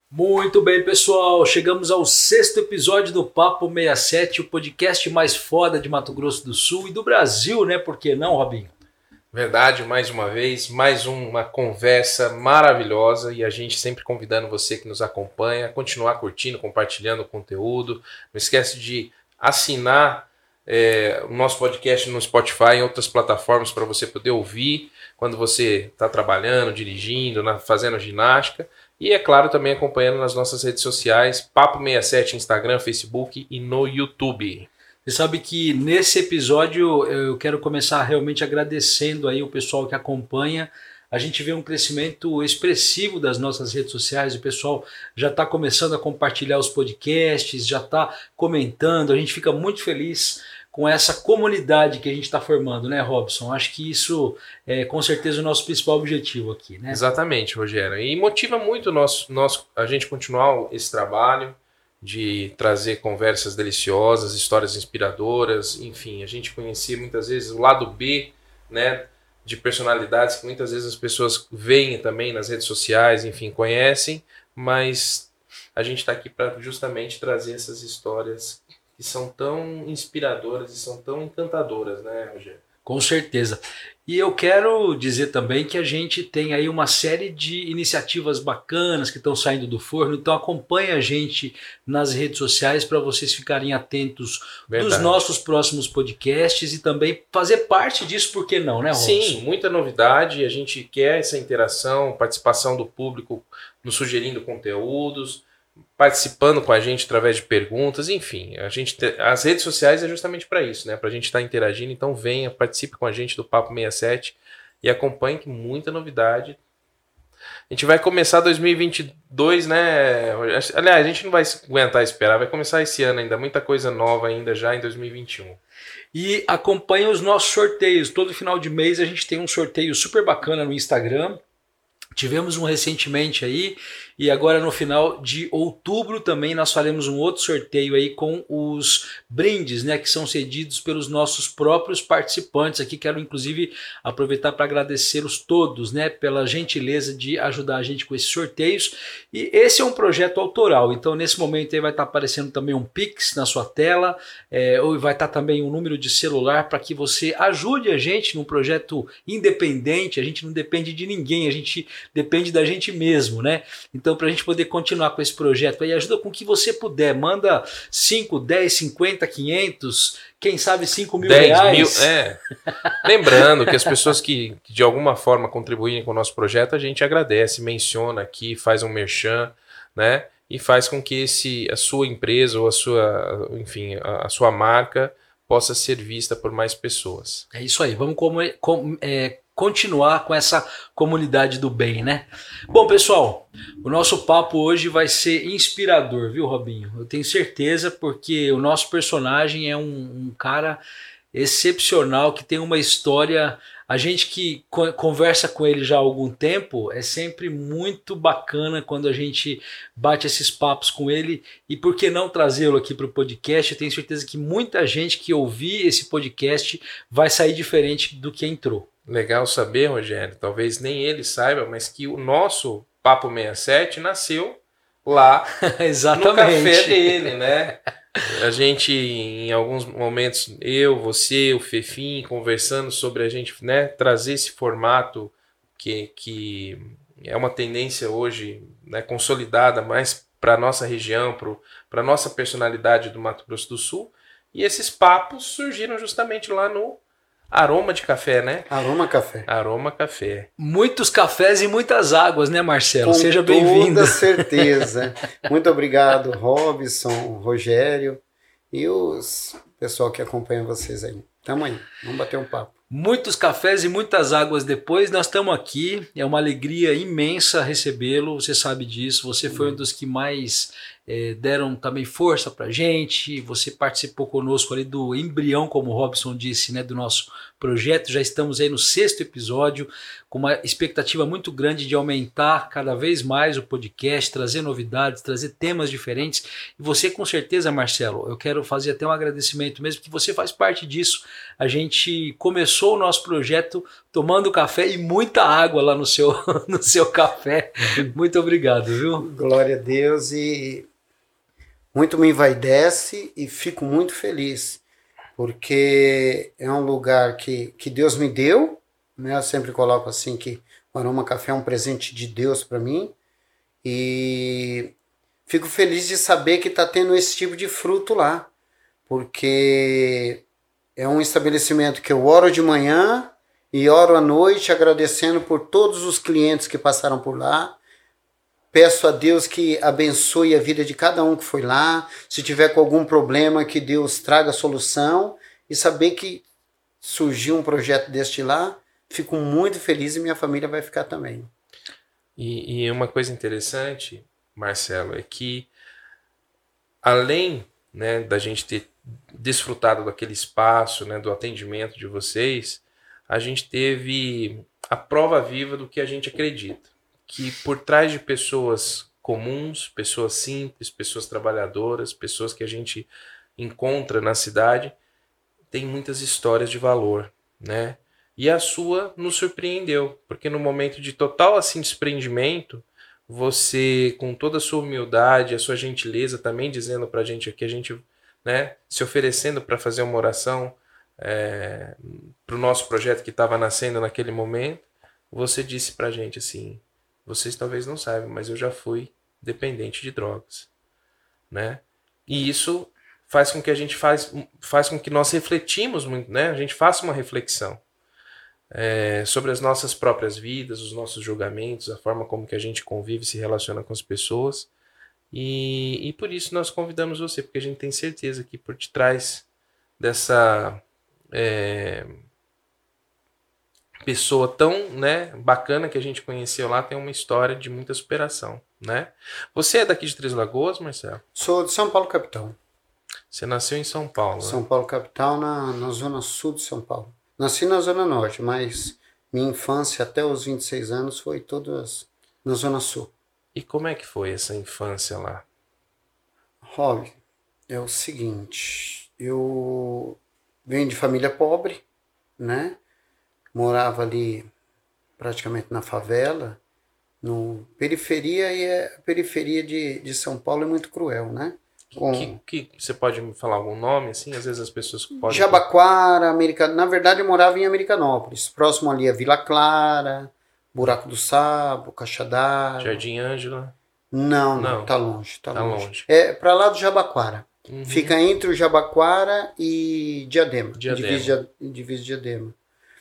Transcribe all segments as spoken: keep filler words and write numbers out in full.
Muito bem, pessoal, chegamos ao sexto episódio do Papo sessenta e sete, o podcast mais foda de Mato Grosso do Sul e do Brasil, né? Por que não, Robinho? Verdade, mais uma vez, mais uma conversa maravilhosa e a gente sempre convidando você que nos acompanha a continuar curtindo, compartilhando o conteúdo. Não esquece de assinar é, o nosso podcast no Spotify e em outras plataformas para você poder ouvir quando você está trabalhando, dirigindo, na, fazendo ginástica. E é claro, também acompanhando nas nossas redes sociais, Papo sessenta e sete, Instagram, Facebook e no YouTube. Você sabe que nesse episódio eu quero começar realmente agradecendo aí o pessoal que acompanha. A gente vê um crescimento expressivo das nossas redes sociais, o pessoal já está começando a compartilhar os podcasts, já está comentando, a gente fica muito feliz com essa comunidade que a gente está formando, né, Robson? Acho que isso é com certeza o nosso principal objetivo aqui, né? Exatamente, Rogério. E motiva muito nosso, nosso, a gente continuar esse trabalho de trazer conversas deliciosas, histórias inspiradoras, enfim, a gente conhecia muitas vezes o lado B, né, de personalidades que muitas vezes as pessoas veem também nas redes sociais, enfim, conhecem, mas a gente está aqui para justamente trazer essas histórias que são tão inspiradoras e são tão encantadoras, né, Rogério? Com certeza. E eu quero dizer também que a gente tem aí uma série de iniciativas bacanas que estão saindo do forno, então acompanhe a gente nas redes sociais para vocês ficarem atentos Verdade. Dos nossos próximos podcasts e também fazer parte disso, por que não, né, Robson? Sim, muita novidade, a gente quer essa interação, participação do público nos sugerindo conteúdos, participando com a gente através de perguntas, enfim, a gente te... as redes sociais é justamente para isso, né? Para a gente estar tá interagindo, então venha, participe com a gente do Papo sessenta e sete e acompanhe que muita novidade. A gente vai começar dois mil e vinte e dois, né? Aliás, a gente não vai aguentar esperar, vai começar esse ano ainda, muita coisa nova ainda já em dois mil e vinte e um. E acompanhe os nossos sorteios, todo final de mês a gente tem um sorteio super bacana no Instagram. Tivemos um recentemente aí e agora no final de outubro também nós faremos um outro sorteio aí com os brindes, né, que são cedidos pelos nossos próprios participantes aqui. Quero inclusive aproveitar para agradecê-los todos, né, pela gentileza de ajudar a gente com esses sorteios. E esse é um projeto autoral, então nesse momento aí vai estar aparecendo também um Pix na sua tela, é, ou vai estar também um número de celular para que você ajude a gente num projeto independente. A gente não depende de ninguém, a gente depende da gente mesmo, né? Então, para a gente poder continuar com esse projeto aí, ajuda com o que você puder. Manda cinco, dez, cinquenta, quinhentos, quem sabe cinco mil reais. Mil, é. Lembrando que as pessoas que, que de alguma forma contribuírem com o nosso projeto, a gente agradece, menciona aqui, faz um merchan, né? E faz com que esse, a sua empresa ou a sua, enfim, a, a sua marca possa ser vista por mais pessoas. É isso aí. Vamos como, como, é, continuar com essa comunidade do bem, né? Bom, pessoal, o nosso papo hoje vai ser inspirador, viu, Robinho? Eu tenho certeza, porque o nosso personagem é um, um cara excepcional, que tem uma história. A gente que conversa com ele já há algum tempo, é sempre muito bacana quando a gente bate esses papos com ele. E por que não trazê-lo aqui para o podcast? Eu tenho certeza que muita gente que ouvir esse podcast vai sair diferente do que entrou. Legal saber, Rogério, talvez nem ele saiba, mas que o nosso Papo sessenta e sete nasceu lá no café dele, né? A gente, em alguns momentos, eu, você, o Fefim, conversando sobre a gente, né, trazer esse formato que, que é uma tendência hoje, né, consolidada mais para a nossa região, para a nossa personalidade do Mato Grosso do Sul. E esses papos surgiram justamente lá no Aroma de Café, né? Aroma Café. Aroma Café. Muitos cafés e muitas águas, né, Marcelo? Com Seja bem-vindo. Com toda certeza. Muito obrigado, Robson, Rogério e os pessoal que acompanha vocês aí. Tamo aí, vamos bater um papo. Muitos cafés e muitas águas depois, nós estamos aqui. É uma alegria imensa recebê-lo, você sabe disso. Você foi um dos que mais é, deram também força pra gente. Você participou conosco ali do embrião, como o Robson disse, né, do nosso projeto. Já estamos aí no sexto episódio, com uma expectativa muito grande de aumentar cada vez mais o podcast, trazer novidades, trazer temas diferentes. E você, com certeza, Marcelo, eu quero fazer até um agradecimento mesmo, que você faz parte disso. A gente começou começou o nosso projeto tomando café e muita água lá no seu, no seu café. Muito obrigado, viu? Glória a Deus, e muito me envaidece e fico muito feliz, porque é um lugar que, que Deus me deu, né? Eu sempre coloco assim que o Aroma Café é um presente de Deus para mim, e fico feliz de saber que está tendo esse tipo de fruto lá, porque é um estabelecimento que eu oro de manhã e oro à noite agradecendo por todos os clientes que passaram por lá. Peço a Deus que abençoe a vida de cada um que foi lá. Se tiver com algum problema, que Deus traga solução. E saber que surgiu um projeto deste lá, fico muito feliz e minha família vai ficar também. E, e uma coisa interessante, Marcelo, é que além, né, da gente ter desfrutado daquele espaço, né, do atendimento de vocês, a gente teve a prova viva do que a gente acredita. Que por trás de pessoas comuns, pessoas simples, pessoas trabalhadoras, pessoas que a gente encontra na cidade, tem muitas histórias de valor, né? E a sua nos surpreendeu, porque no momento de total assim desprendimento, você, com toda a sua humildade, a sua gentileza, também dizendo pra gente aqui, a gente, né, se oferecendo para fazer uma oração é, para o nosso projeto que estava nascendo naquele momento, você disse pra gente assim: vocês talvez não saibam, mas eu já fui dependente de drogas, né? E isso faz com que a gente faz, faz com que nós refletimos muito, né? A gente faça uma reflexão é, sobre as nossas próprias vidas, os nossos julgamentos, a forma como que a gente convive, se relaciona com as pessoas. E, e por isso nós convidamos você, porque a gente tem certeza que por detrás dessa é, pessoa tão, né, bacana que a gente conheceu lá, tem uma história de muita superação, né? Você é daqui de Três Lagoas, Marcelo? Sou de São Paulo, capital. Você nasceu em São Paulo, São né? Paulo, capital, na, na zona sul de São Paulo. Nasci na zona norte, mas minha infância até os vinte e seis anos foi todas na zona sul. E como é que foi essa infância lá? Rob, é o seguinte, eu venho de família pobre, né? Morava ali praticamente na favela, no periferia, e é, a periferia de, de São Paulo é muito cruel, né? Com que, que você pode me falar algum nome assim? Às vezes as pessoas podem... Jabaquara, America... na verdade eu morava em Americanópolis, próximo ali a Vila Clara, Buraco do Sabo, Caixa d'Água. Jardim Ângela? Não, não, não, tá longe, tá, tá longe. longe. É para lá do Jabaquara. Uhum. Fica entre o Jabaquara e Diadema. Diadema. Divisa Divisa Diadema.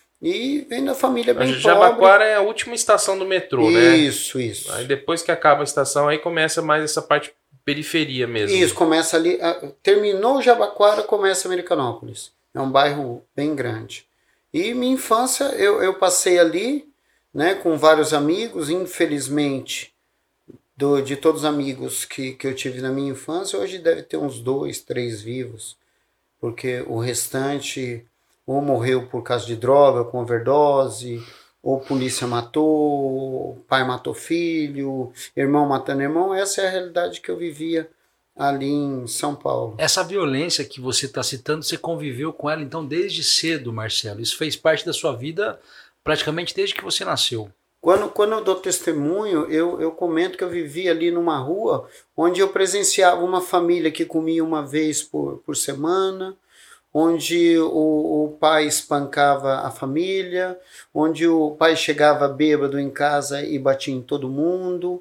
E vem da família bem pobre. Jabaquara é a última estação do metrô, isso, né? Isso, isso. Aí depois que acaba a estação, aí começa mais essa parte periferia mesmo. Isso, começa ali. A, terminou o Jabaquara, começa Americanópolis. É um bairro bem grande. E minha infância, eu, eu passei ali, né, com vários amigos. Infelizmente, do, de todos os amigos que, que eu tive na minha infância, hoje deve ter uns dois, três vivos. Porque o restante ou morreu por causa de droga, com overdose, ou polícia matou, pai matou filho, irmão matando irmão. Essa é a realidade que eu vivia ali em São Paulo. Essa violência que você está citando, você conviveu com ela então desde cedo, Marcelo? Isso fez parte da sua vida praticamente desde que você nasceu? Quando, quando eu dou testemunho, eu, eu comento que eu vivia ali numa rua onde eu presenciava uma família que comia uma vez por, por semana, onde o, o pai espancava a família, onde o pai chegava bêbado em casa e batia em todo mundo,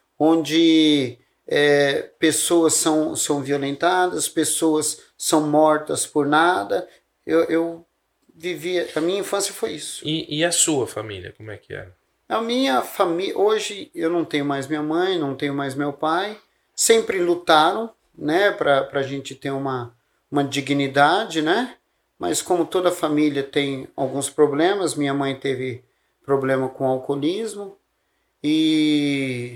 onde é, pessoas são, são violentadas, pessoas são mortas por nada. Eu, eu vivia, a minha infância foi isso. E, e a sua família, como é que era? A minha família, hoje eu não tenho mais minha mãe, não tenho mais meu pai, sempre lutaram, né, para a gente ter uma uma dignidade, né? Mas como toda família tem alguns problemas, minha mãe teve problema com alcoolismo e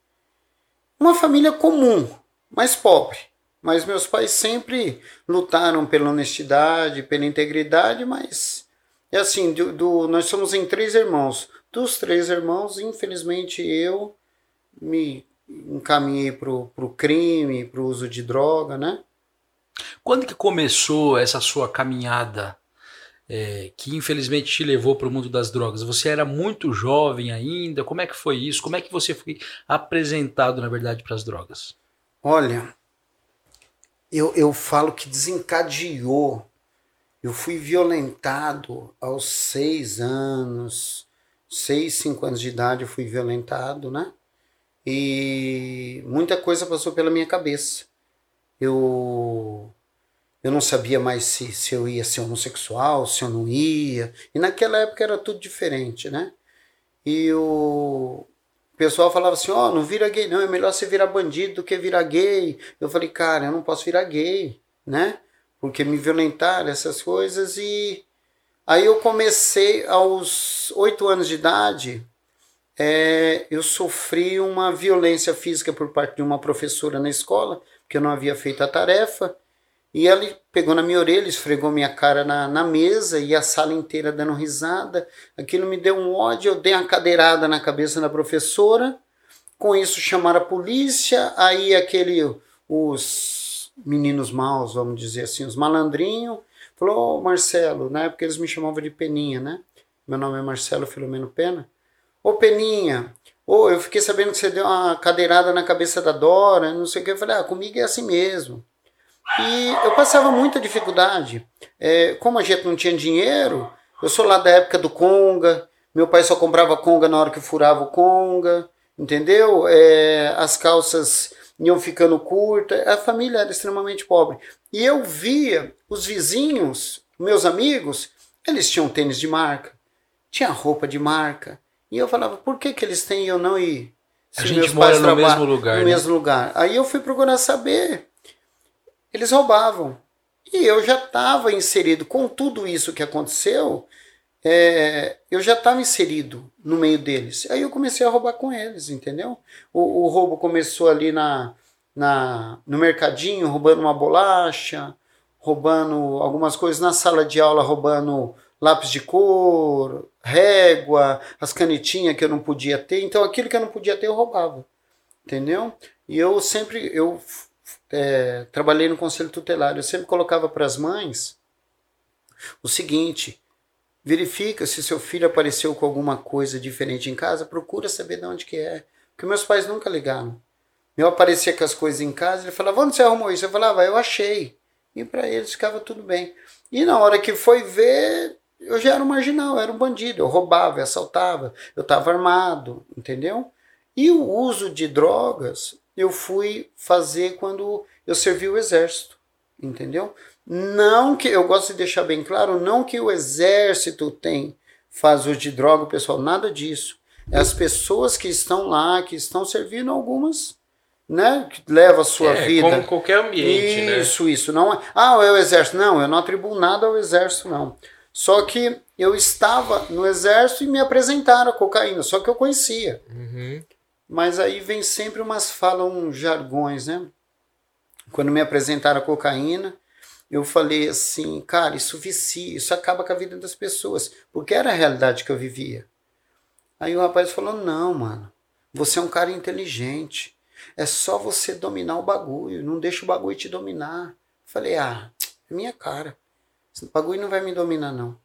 uma família comum, mas pobre. Mas meus pais sempre lutaram pela honestidade, pela integridade, mas é assim, do, do, nós somos em três irmãos. Dos três irmãos, infelizmente eu me encaminhei para o crime, para o uso de droga, né? Quando que começou essa sua caminhada é, que infelizmente te levou para o mundo das drogas? Você era muito jovem ainda? Como é que foi isso? Como é que você foi apresentado, na verdade, para as drogas? Olha, eu, eu falo que desencadeou. Eu fui violentado aos seis anos, seis, cinco anos de idade eu fui violentado, né? E muita coisa passou pela minha cabeça. Eu, eu não sabia mais se, se eu ia ser homossexual, se eu não ia. E naquela época era tudo diferente, né? E o pessoal falava assim, ó, oh, não vira gay não, é melhor você virar bandido do que virar gay. Eu falei, cara, eu não posso virar gay, né? Porque me violentaram, essas coisas. E aí eu comecei aos oito anos de idade, é, eu sofri uma violência física por parte de uma professora na escola, porque eu não havia feito a tarefa. E ela pegou na minha orelha, esfregou minha cara na, na mesa e a sala inteira dando risada. Aquilo me deu um ódio, eu dei uma cadeirada na cabeça da professora. Com isso chamaram a polícia, aí aquele, os meninos maus, vamos dizer assim, os malandrinhos, falou, ô Marcelo, na época eles me chamavam de Peninha, né? Meu nome é Marcelo Filomeno Pena. Ô Peninha, ô, eu fiquei sabendo que você deu uma cadeirada na cabeça da Dora, não sei o que. Eu falei, ah, comigo é assim mesmo. E eu passava muita dificuldade. É, como a gente não tinha dinheiro, eu sou lá da época do conga, meu pai só comprava conga na hora que furava o conga, entendeu? É, as calças iam ficando curtas, a família era extremamente pobre. E eu via os vizinhos, meus amigos, eles tinham tênis de marca, tinha roupa de marca. E eu falava, por que, que eles têm e eu não ir? Se a gente mora no mesmo lugar. No né? mesmo lugar. Aí eu fui procurar saber. Eles roubavam. E eu já estava inserido com tudo isso que aconteceu, é, eu já estava inserido no meio deles. Aí eu comecei a roubar com eles, entendeu? O, o roubo começou ali na, na, no mercadinho, roubando uma bolacha, roubando algumas coisas na sala de aula, roubando lápis de cor, régua, as canetinhas que eu não podia ter. Então aquilo que eu não podia ter eu roubava, entendeu? E eu sempre... eu É, trabalhei no conselho tutelar, eu sempre colocava para as mães o seguinte, verifica se seu filho apareceu com alguma coisa diferente em casa, procura saber de onde que é, porque meus pais nunca ligaram. Eu aparecia com as coisas em casa, ele falava, onde você arrumou isso? Eu falava, eu achei, e para eles ficava tudo bem. E na hora que foi ver, eu já era um marginal, eu era um bandido, eu roubava, eu assaltava, eu estava armado, entendeu? E o uso de drogas eu fui fazer quando eu servi o exército, entendeu? Não que, eu gosto de deixar bem claro, não que o exército tem, faz uso de droga, pessoal, nada disso. É as pessoas que estão lá, que estão servindo algumas, né, que levam a sua é, vida. Como qualquer ambiente, isso, né? Isso, isso. Não é, ah, é o exército. Não, eu não atribuo nada ao exército, não. Só que eu estava no exército e me apresentaram a cocaína, só que eu conhecia. Uhum. Mas aí vem sempre umas falas, uns jargões, né? Quando me apresentaram a cocaína, eu falei assim, cara, isso vicia, isso acaba com a vida das pessoas, porque era a realidade que eu vivia. Aí o rapaz falou, não, mano, você é um cara inteligente, é só você dominar o bagulho, não deixa o bagulho te dominar. Eu falei, ah, é minha cara, esse bagulho não vai me dominar, não.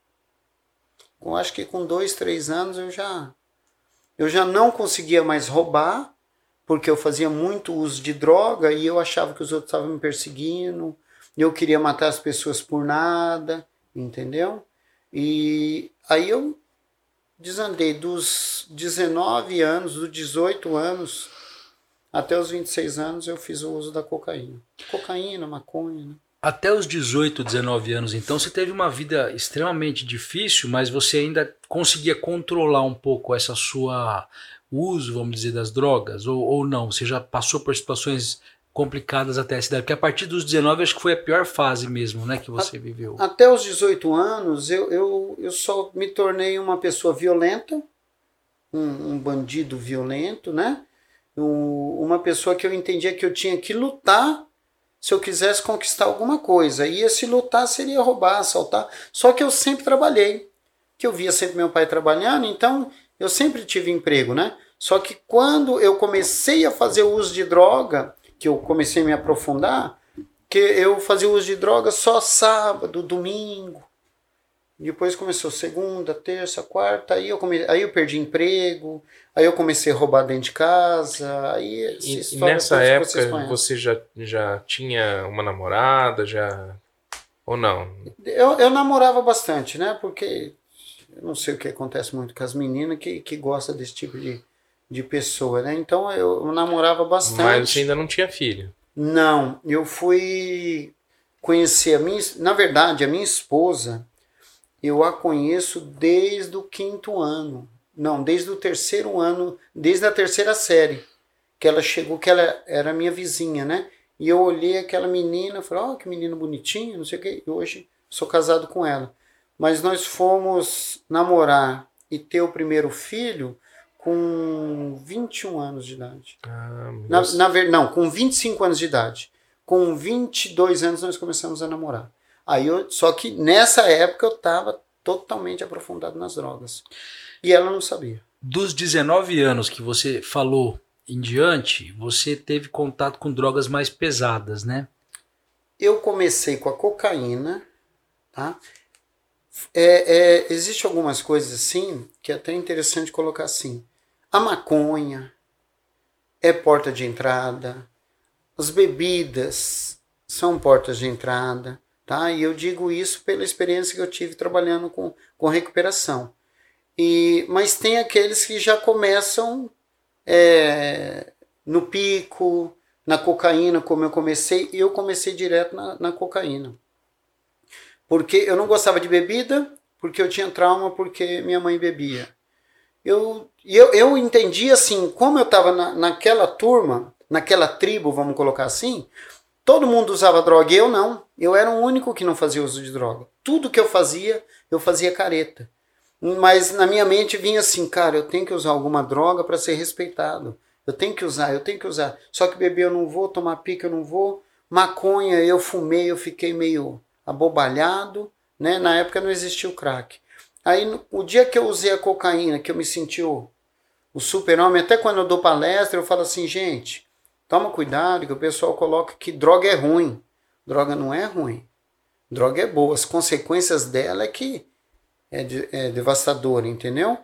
Eu acho que com dois, três anos eu já... Eu já não conseguia mais roubar, porque eu fazia muito uso de droga e eu achava que os outros estavam me perseguindo, eu queria matar as pessoas por nada, entendeu? E aí eu desandei dos dezenove anos, dos dezoito anos, até os vinte e seis anos eu fiz o uso da cocaína. Cocaína, maconha, né? Até os dezoito, dezenove anos, então, você teve uma vida extremamente difícil, mas você ainda conseguia controlar um pouco essa sua uso, vamos dizer, das drogas? Ou, ou não? Você já passou por situações complicadas até essa idade? Porque a partir dos dezenove, acho que foi a pior fase mesmo, né, que você viveu. Até os dezoito anos, eu, eu, eu só me tornei uma pessoa violenta, um, um bandido violento, né? Um, uma pessoa que eu entendia que eu tinha que lutar se eu quisesse conquistar alguma coisa. E esse lutar seria roubar, assaltar. Só que eu sempre trabalhei. Que eu via sempre meu pai trabalhando, então eu sempre tive emprego, né? Só que quando eu comecei a fazer o uso de droga, que eu comecei a me aprofundar, que eu fazia o uso de droga só sábado, domingo. Depois começou segunda, terça, quarta, aí eu, come... aí eu perdi emprego, aí eu comecei a roubar dentro de casa. Aí e, e nessa época você já, já tinha uma namorada, já ou não? Eu, eu namorava bastante, né? Porque eu não sei o que acontece muito com as meninas que, que gostam desse tipo de, de pessoa, né? Então eu, eu namorava bastante. Mas você ainda não tinha filho? Não, eu fui conhecer a minha... Na verdade, a minha esposa... Eu a conheço desde o quinto ano. Não, desde o terceiro ano, desde a terceira série. Que ela chegou, que ela era minha vizinha, né? E eu olhei aquela menina e falei, ó, oh, que menina bonitinha, não sei o quê. E hoje sou casado com ela. Mas nós fomos namorar e ter o primeiro filho com vinte e um anos de idade. Ah, na, na ver, não, com vinte e cinco anos de idade. Com vinte e dois anos nós começamos a namorar. Aí eu, só que nessa época eu estava totalmente aprofundado nas drogas. E ela não sabia. Dos dezenove anos que você falou em diante, você teve contato com drogas mais pesadas, né? Eu comecei com a cocaína, tá? É, é, existe algumas coisas assim, que é até interessante colocar assim. A maconha é porta de entrada, as bebidas são portas de entrada. Tá? E eu digo isso pela experiência que eu tive trabalhando com, com recuperação. E, mas tem aqueles que já começam é, no pico, na cocaína, como eu comecei, e eu comecei direto na, na cocaína. Porque eu não gostava de bebida, porque eu tinha trauma, porque minha mãe bebia. Eu, eu, eu entendi assim, como eu estava na, naquela turma, naquela tribo, vamos colocar assim, todo mundo usava droga e eu não. Eu era o único que não fazia uso de droga. Tudo que eu fazia, eu fazia careta. Mas na minha mente vinha assim, cara, eu tenho que usar alguma droga para ser respeitado. Eu tenho que usar, eu tenho que usar. Só que beber eu não vou, tomar pica eu não vou. Maconha eu fumei, eu fiquei meio abobalhado. Né? Na época não existia o crack. Aí no, o dia que eu usei a cocaína, que eu me senti o, o super-homem, até quando eu dou palestra, eu falo assim, gente... Toma cuidado que o pessoal coloca que droga é ruim. Droga não é ruim. Droga é boa. As consequências dela é que é, de, é devastadora, entendeu?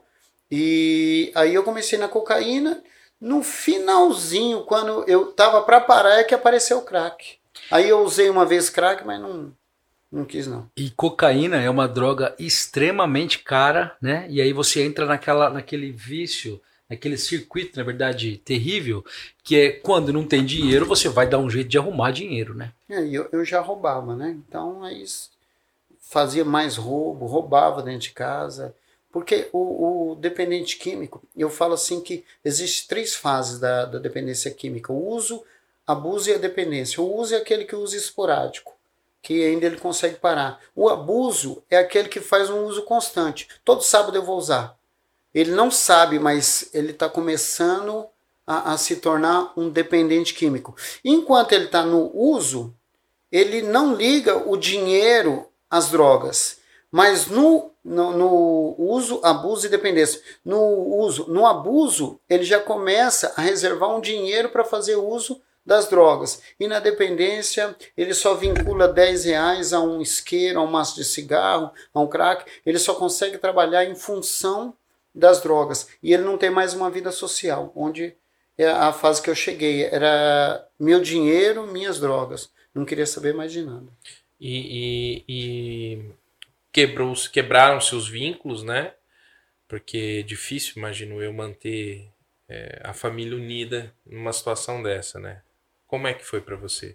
E aí eu comecei na cocaína. No finalzinho, quando eu tava para parar, é que apareceu o crack. Aí eu usei uma vez crack, mas não, não quis não. E cocaína é uma droga extremamente cara, né? E aí você entra naquela, naquele vício... Aquele circuito, na verdade, terrível, que é quando não tem dinheiro, você vai dar um jeito de arrumar dinheiro, né? É, eu, eu já roubava, né? Então, aí fazia mais roubo, roubava dentro de casa. Porque o, o dependente químico, eu falo assim que existem três fases da, da dependência química. O uso, abuso e a dependência. O uso é aquele que usa esporádico, que ainda ele consegue parar. O abuso é aquele que faz um uso constante. Todo sábado eu vou usar. Ele não sabe, mas ele está começando a, a se tornar um dependente químico. Enquanto ele está no uso, ele não liga o dinheiro às drogas. Mas no, no, no uso, abuso e dependência, no uso, no abuso, ele já começa a reservar um dinheiro para fazer uso das drogas. E na dependência, ele só vincula dez reais a um isqueiro, a um maço de cigarro, a um crack. Ele só consegue trabalhar em função das drogas. E ele não tem mais uma vida social, onde é a fase que eu cheguei. Era meu dinheiro, minhas drogas. Não queria saber mais de nada. E, e, e quebrou, quebraram seus vínculos, né? Porque é difícil, imagino eu, manter é, a família unida numa situação dessa, né? Como é que foi para você?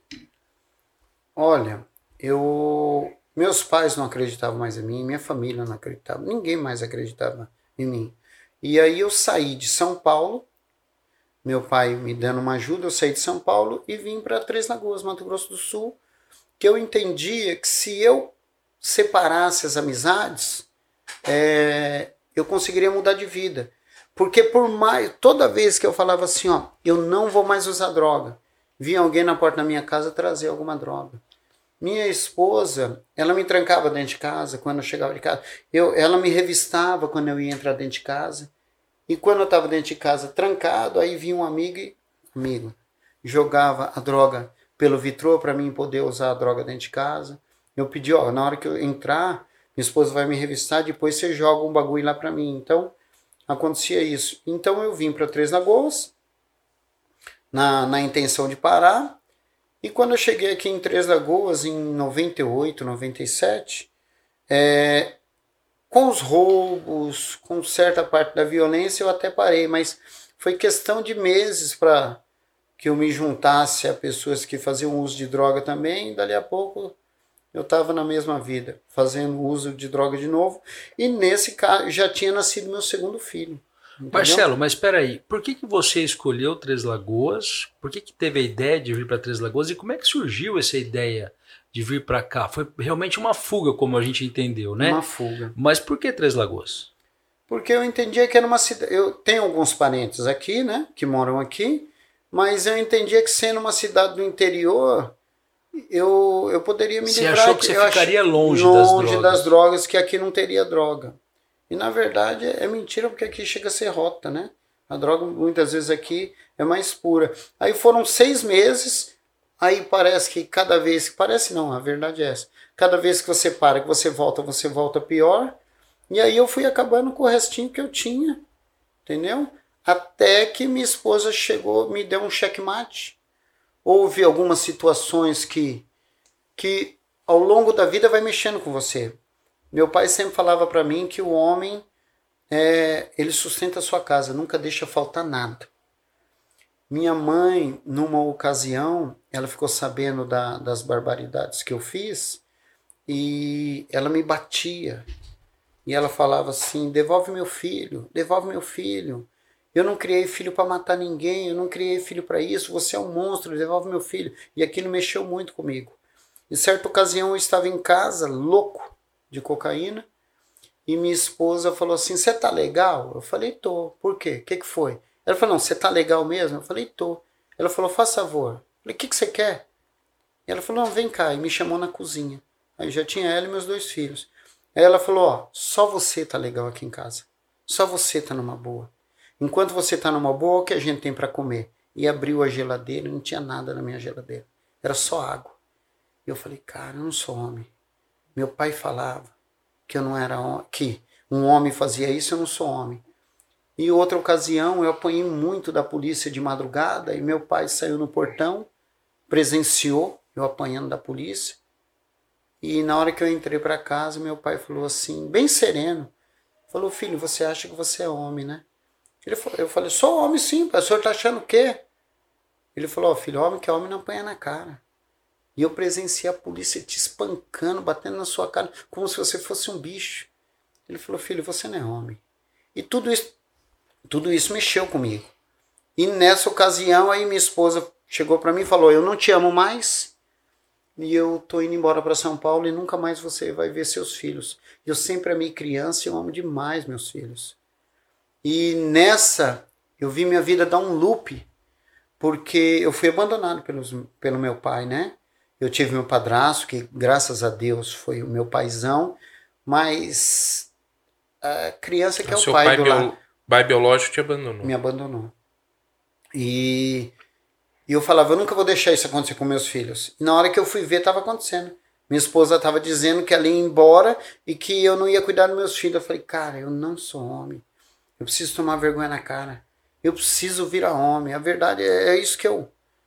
Olha, eu... Meus pais não acreditavam mais em mim, minha família não acreditava, ninguém mais acreditava em mim. E aí eu saí de São Paulo, meu pai me dando uma ajuda, eu saí de São Paulo e vim para Três Lagoas, Mato Grosso do Sul, que eu entendia que se eu separasse as amizades, é, eu conseguiria mudar de vida. Porque por mais, toda vez que eu falava assim, ó, eu não vou mais usar droga, vinha alguém na porta da minha casa trazer alguma droga. Minha esposa, ela me trancava dentro de casa quando eu chegava de casa. Eu, ela me revistava quando eu ia entrar dentro de casa. E quando eu estava dentro de casa trancado, aí vinha um amigo e amigo, jogava a droga pelo vitrô para mim poder usar a droga dentro de casa. Eu pedi, ó, na hora que eu entrar, minha esposa vai me revistar, depois você joga um bagulho lá para mim. Então, acontecia isso. Então, eu vim para Três Lagoas, na, na intenção de parar. E quando eu cheguei aqui em Três Lagoas, em noventa e oito, noventa e sete, é, com os roubos, com certa parte da violência, eu até parei, mas foi questão de meses para que eu me juntasse a pessoas que faziam uso de droga também, e dali a pouco eu estava na mesma vida, fazendo uso de droga de novo, e nesse caso já tinha nascido meu segundo filho. Entendeu? Marcelo, mas espera aí, por que, que você escolheu Três Lagoas? Por que, que teve a ideia de vir para Três Lagoas? E como é que surgiu essa ideia de vir para cá? Foi realmente uma fuga, como a gente entendeu, né? Uma fuga. Mas por que Três Lagoas? Porque eu entendia que era uma cidade... Eu tenho alguns parentes aqui, né? Que moram aqui, mas eu entendia que sendo uma cidade do interior, eu, eu poderia me você livrar... Você achou que você eu ficaria ach... longe, longe das drogas? das drogas, que aqui não teria droga. E na verdade é mentira, porque aqui chega a ser rota, né? A droga muitas vezes aqui é mais pura. Aí foram seis meses, aí parece que cada vez... Parece não, a verdade é essa. Cada vez que você para, que você volta, você volta pior. E aí eu fui acabando com o restinho que eu tinha, entendeu? Até que minha esposa chegou, me deu um checkmate. Houve algumas situações que, que ao longo da vida vai mexendo com você. Meu pai sempre falava para mim que o homem, é, ele sustenta a sua casa, nunca deixa faltar nada. Minha mãe, numa ocasião, ela ficou sabendo da, das barbaridades que eu fiz e ela me batia. E ela falava assim, devolve meu filho, devolve meu filho. Eu não criei filho para matar ninguém, eu não criei filho para isso, você é um monstro, devolve meu filho. E aquilo mexeu muito comigo. Em certa ocasião eu estava em casa, louco de cocaína, e minha esposa falou assim, você tá legal? Eu falei, tô. Por quê? O que que foi? Ela falou, não, você tá legal mesmo? Eu falei, tô. Ela falou, faz favor. Eu falei, o que que você quer? E ela falou, não, vem cá. E me chamou na cozinha. Aí já tinha ela e meus dois filhos. Aí ela falou, ó, só você tá legal aqui em casa. Só você tá numa boa. Enquanto você tá numa boa, o que a gente tem para comer? E abriu a geladeira, não tinha nada na minha geladeira. Era só água. E eu falei, cara, eu não sou homem. Meu pai falava que eu não era homem, que um homem fazia isso, eu não sou homem. E outra ocasião, eu apanhei muito da polícia de madrugada, e meu pai saiu no portão, presenciou eu apanhando da polícia. E na hora que eu entrei para casa, meu pai falou assim, bem sereno, falou, filho, você acha que você é homem, né? Ele falou, eu falei, sou homem sim, pai, o senhor tá achando o quê? Ele falou, ó, filho, homem que é homem não apanha na cara. E eu presenciei a polícia te espancando, batendo na sua cara, como se você fosse um bicho. Ele falou, filho, você não é homem. E tudo isso, tudo isso mexeu comigo. E nessa ocasião, aí minha esposa chegou para mim e falou, eu não te amo mais, e eu tô indo embora para São Paulo e nunca mais você vai ver seus filhos. Eu sempre amei criança e eu amo demais meus filhos. E nessa, eu vi minha vida dar um loop, porque eu fui abandonado pelos, pelo meu pai, né? Eu tive meu padrasto, que graças a Deus foi o meu paizão, mas a criança que o é o pai, pai do lar... O pai biológico te abandonou. Me abandonou. E, e eu falava, eu nunca vou deixar isso acontecer com meus filhos. E na hora que eu fui ver, estava acontecendo. Minha esposa estava dizendo que ela ia embora e que eu não ia cuidar dos meus filhos. Eu falei, cara, eu não sou homem. Eu preciso tomar vergonha na cara. Eu preciso virar homem. A verdade é, é isso que eu...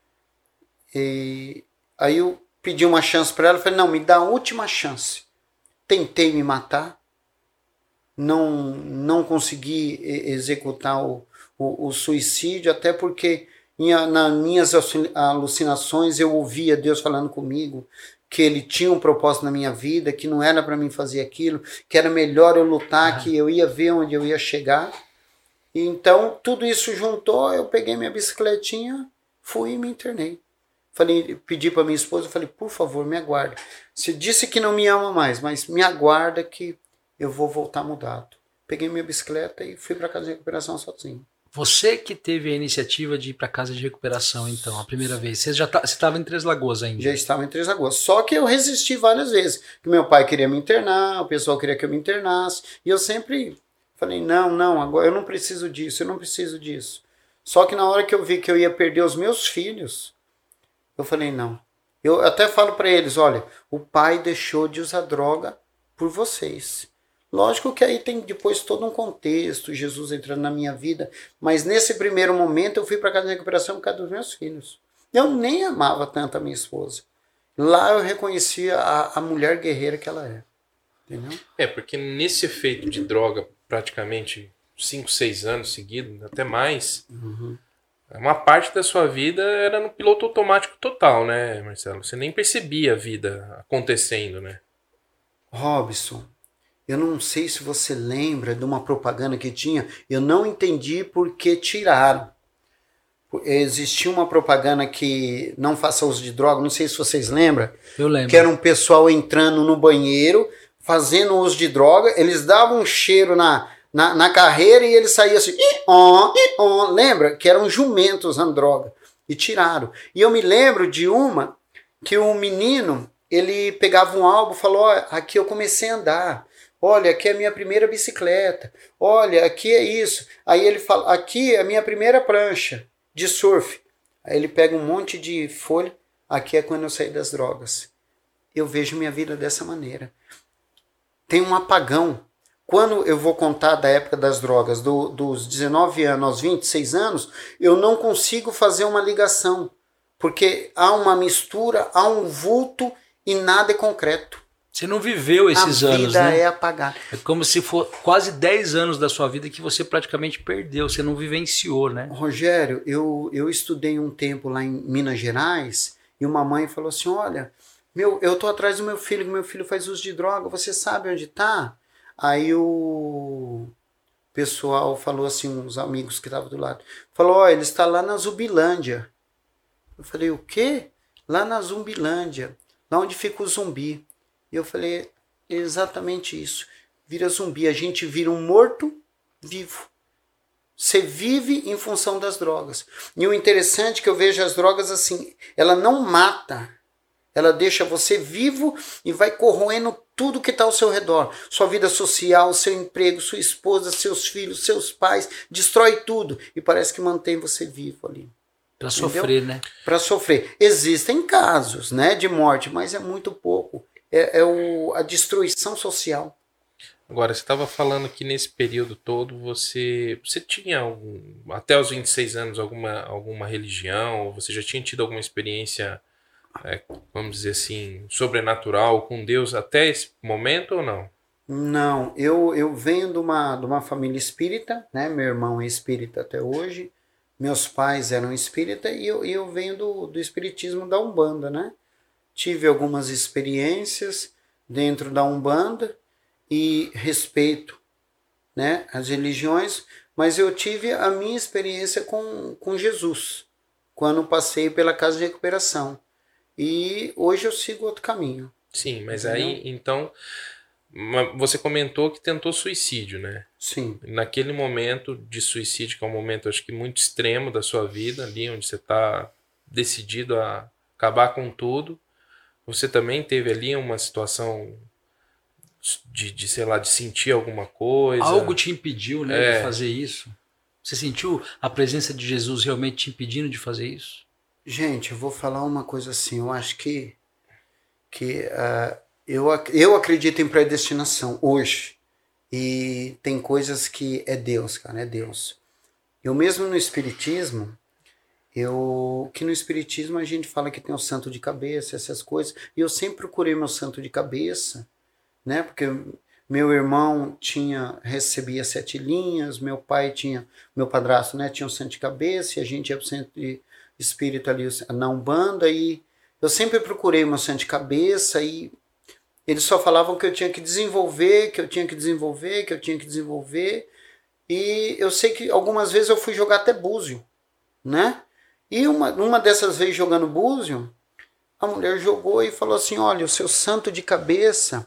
E aí eu pedi uma chance para ela. Falei, não, me dá a última chance. Tentei me matar. Não, não consegui executar o, o, o suicídio. Até porque em, nas minhas alucinações eu ouvia Deus falando comigo. Que ele tinha um propósito na minha vida. Que não era para mim fazer aquilo. Que era melhor eu lutar. Ah. Que eu ia ver onde eu ia chegar. E então tudo isso juntou. Eu peguei minha bicicletinha. Fui e me internei. Falei, pedi para minha esposa, falei, por favor, me aguarde. Você disse que não me ama mais, mas me aguarda que eu vou voltar mudado. Peguei minha bicicleta e fui para casa de recuperação sozinho. Você que teve a iniciativa de ir para casa de recuperação, então, a primeira vez. Você já estava em Três Lagoas ainda? Já estava em Três Lagoas. Só que eu resisti várias vezes. Que meu pai queria me internar, o pessoal queria que eu me internasse. E eu sempre falei, não, não, agora eu não preciso disso, eu não preciso disso. Só que na hora que eu vi que eu ia perder os meus filhos, eu falei, não. Eu até falo para eles, olha, o pai deixou de usar droga por vocês. Lógico que aí tem depois todo um contexto, Jesus entrando na minha vida, mas nesse primeiro momento eu fui para casa de recuperação por causa dos meus filhos. Eu nem amava tanto a minha esposa. Lá eu reconhecia a, a mulher guerreira que ela é. Entendeu? É, porque nesse efeito de droga, praticamente cinco, seis anos seguidos, até mais, uhum. uma parte da sua vida era no piloto automático total, né, Marcelo? Você nem percebia a vida acontecendo, né? Robson, eu não sei se você lembra de uma propaganda que tinha, eu não entendi porque tiraram. Existia uma propaganda que não faça uso de droga, não sei se vocês lembram. Eu lembro. Que era um pessoal entrando no banheiro, fazendo uso de droga, eles davam um cheiro na, na, na carreira e eles saíam assim, oh, oh, lembra? Que eram jumentos usando droga. E tiraram. E eu me lembro de uma que o menino, ele pegava um álbum e falou, oh, aqui eu comecei a andar. Olha, aqui é a minha primeira bicicleta. Olha, aqui é isso. Aí ele fala, aqui é a minha primeira prancha de surf. Aí ele pega um monte de folha, aqui é quando eu saí das drogas. Eu vejo minha vida dessa maneira. Tem um apagão. Quando eu vou contar da época das drogas, do, dos dezenove anos aos vinte e seis anos, eu não consigo fazer uma ligação, porque há uma mistura, há um vulto e nada é concreto. Você não viveu esses a anos, vida né? é apagar. É como se for quase dez anos da sua vida que você praticamente perdeu, você não vivenciou, né? Rogério, eu, eu estudei um tempo lá em Minas Gerais e uma mãe falou assim, olha, meu, eu tô atrás do meu filho, meu filho faz uso de droga, você sabe onde tá? Aí o pessoal falou assim, uns amigos que estavam do lado, falou, ó, ele está lá na Zumbilândia. Eu falei, o quê? Lá na Zumbilândia, lá onde fica o zumbi. E eu falei, exatamente isso. Vira zumbi, a gente vira um morto vivo. Você vive em função das drogas. E o interessante é que eu vejo as drogas assim, ela não mata, ela deixa você vivo e vai corroendo tudo que está ao seu redor. Sua vida social, seu emprego, sua esposa, seus filhos, seus pais, destrói tudo. E parece que mantém você vivo ali. Para sofrer, né? Para sofrer. Existem casos, né, de morte, mas é muito pouco. É, é o, a destruição social. Agora, você estava falando que nesse período todo você, você tinha, algum, até os vinte e seis anos, alguma, alguma religião? Ou você já tinha tido alguma experiência, é, vamos dizer assim, sobrenatural com Deus até esse momento ou não? Não, eu, eu venho de uma, de uma família espírita, né? Meu irmão é espírita até hoje, meus pais eram espírita e eu, eu venho do, do espiritismo da Umbanda, né? Tive algumas experiências dentro da Umbanda e respeito, né, as religiões, mas eu tive a minha experiência com, com Jesus, quando passei pela casa de recuperação. E hoje eu sigo outro caminho. Sim, mas entendeu? Aí, então, você comentou que tentou suicídio, né? Sim. Naquele momento de suicídio, que é um momento, acho que muito extremo da sua vida, ali onde você está decidido a acabar com tudo, você também teve ali uma situação de, de, sei lá, de sentir alguma coisa? Algo te impediu, né, é. de fazer isso? Você sentiu a presença de Jesus realmente te impedindo de fazer isso? Gente, eu vou falar uma coisa assim, eu acho que, que uh, eu, eu acredito em predestinação hoje. E tem coisas que é Deus, cara, é Deus. Eu mesmo no Espiritismo, eu, que no Espiritismo a gente fala que tem o santo de cabeça, essas coisas, e eu sempre procurei meu santo de cabeça, né, porque meu irmão tinha, recebia sete linhas, meu pai tinha, meu padrasto, né, tinha um santo de cabeça, e a gente ia pro centro de espírito ali na Umbanda, e eu sempre procurei meu santo de cabeça, e eles só falavam que eu tinha que desenvolver, que eu tinha que desenvolver, que eu tinha que desenvolver, e eu sei que algumas vezes eu fui jogar até búzio, né, e uma, uma dessas vezes jogando búzio, a mulher jogou e falou assim, olha, o seu santo de cabeça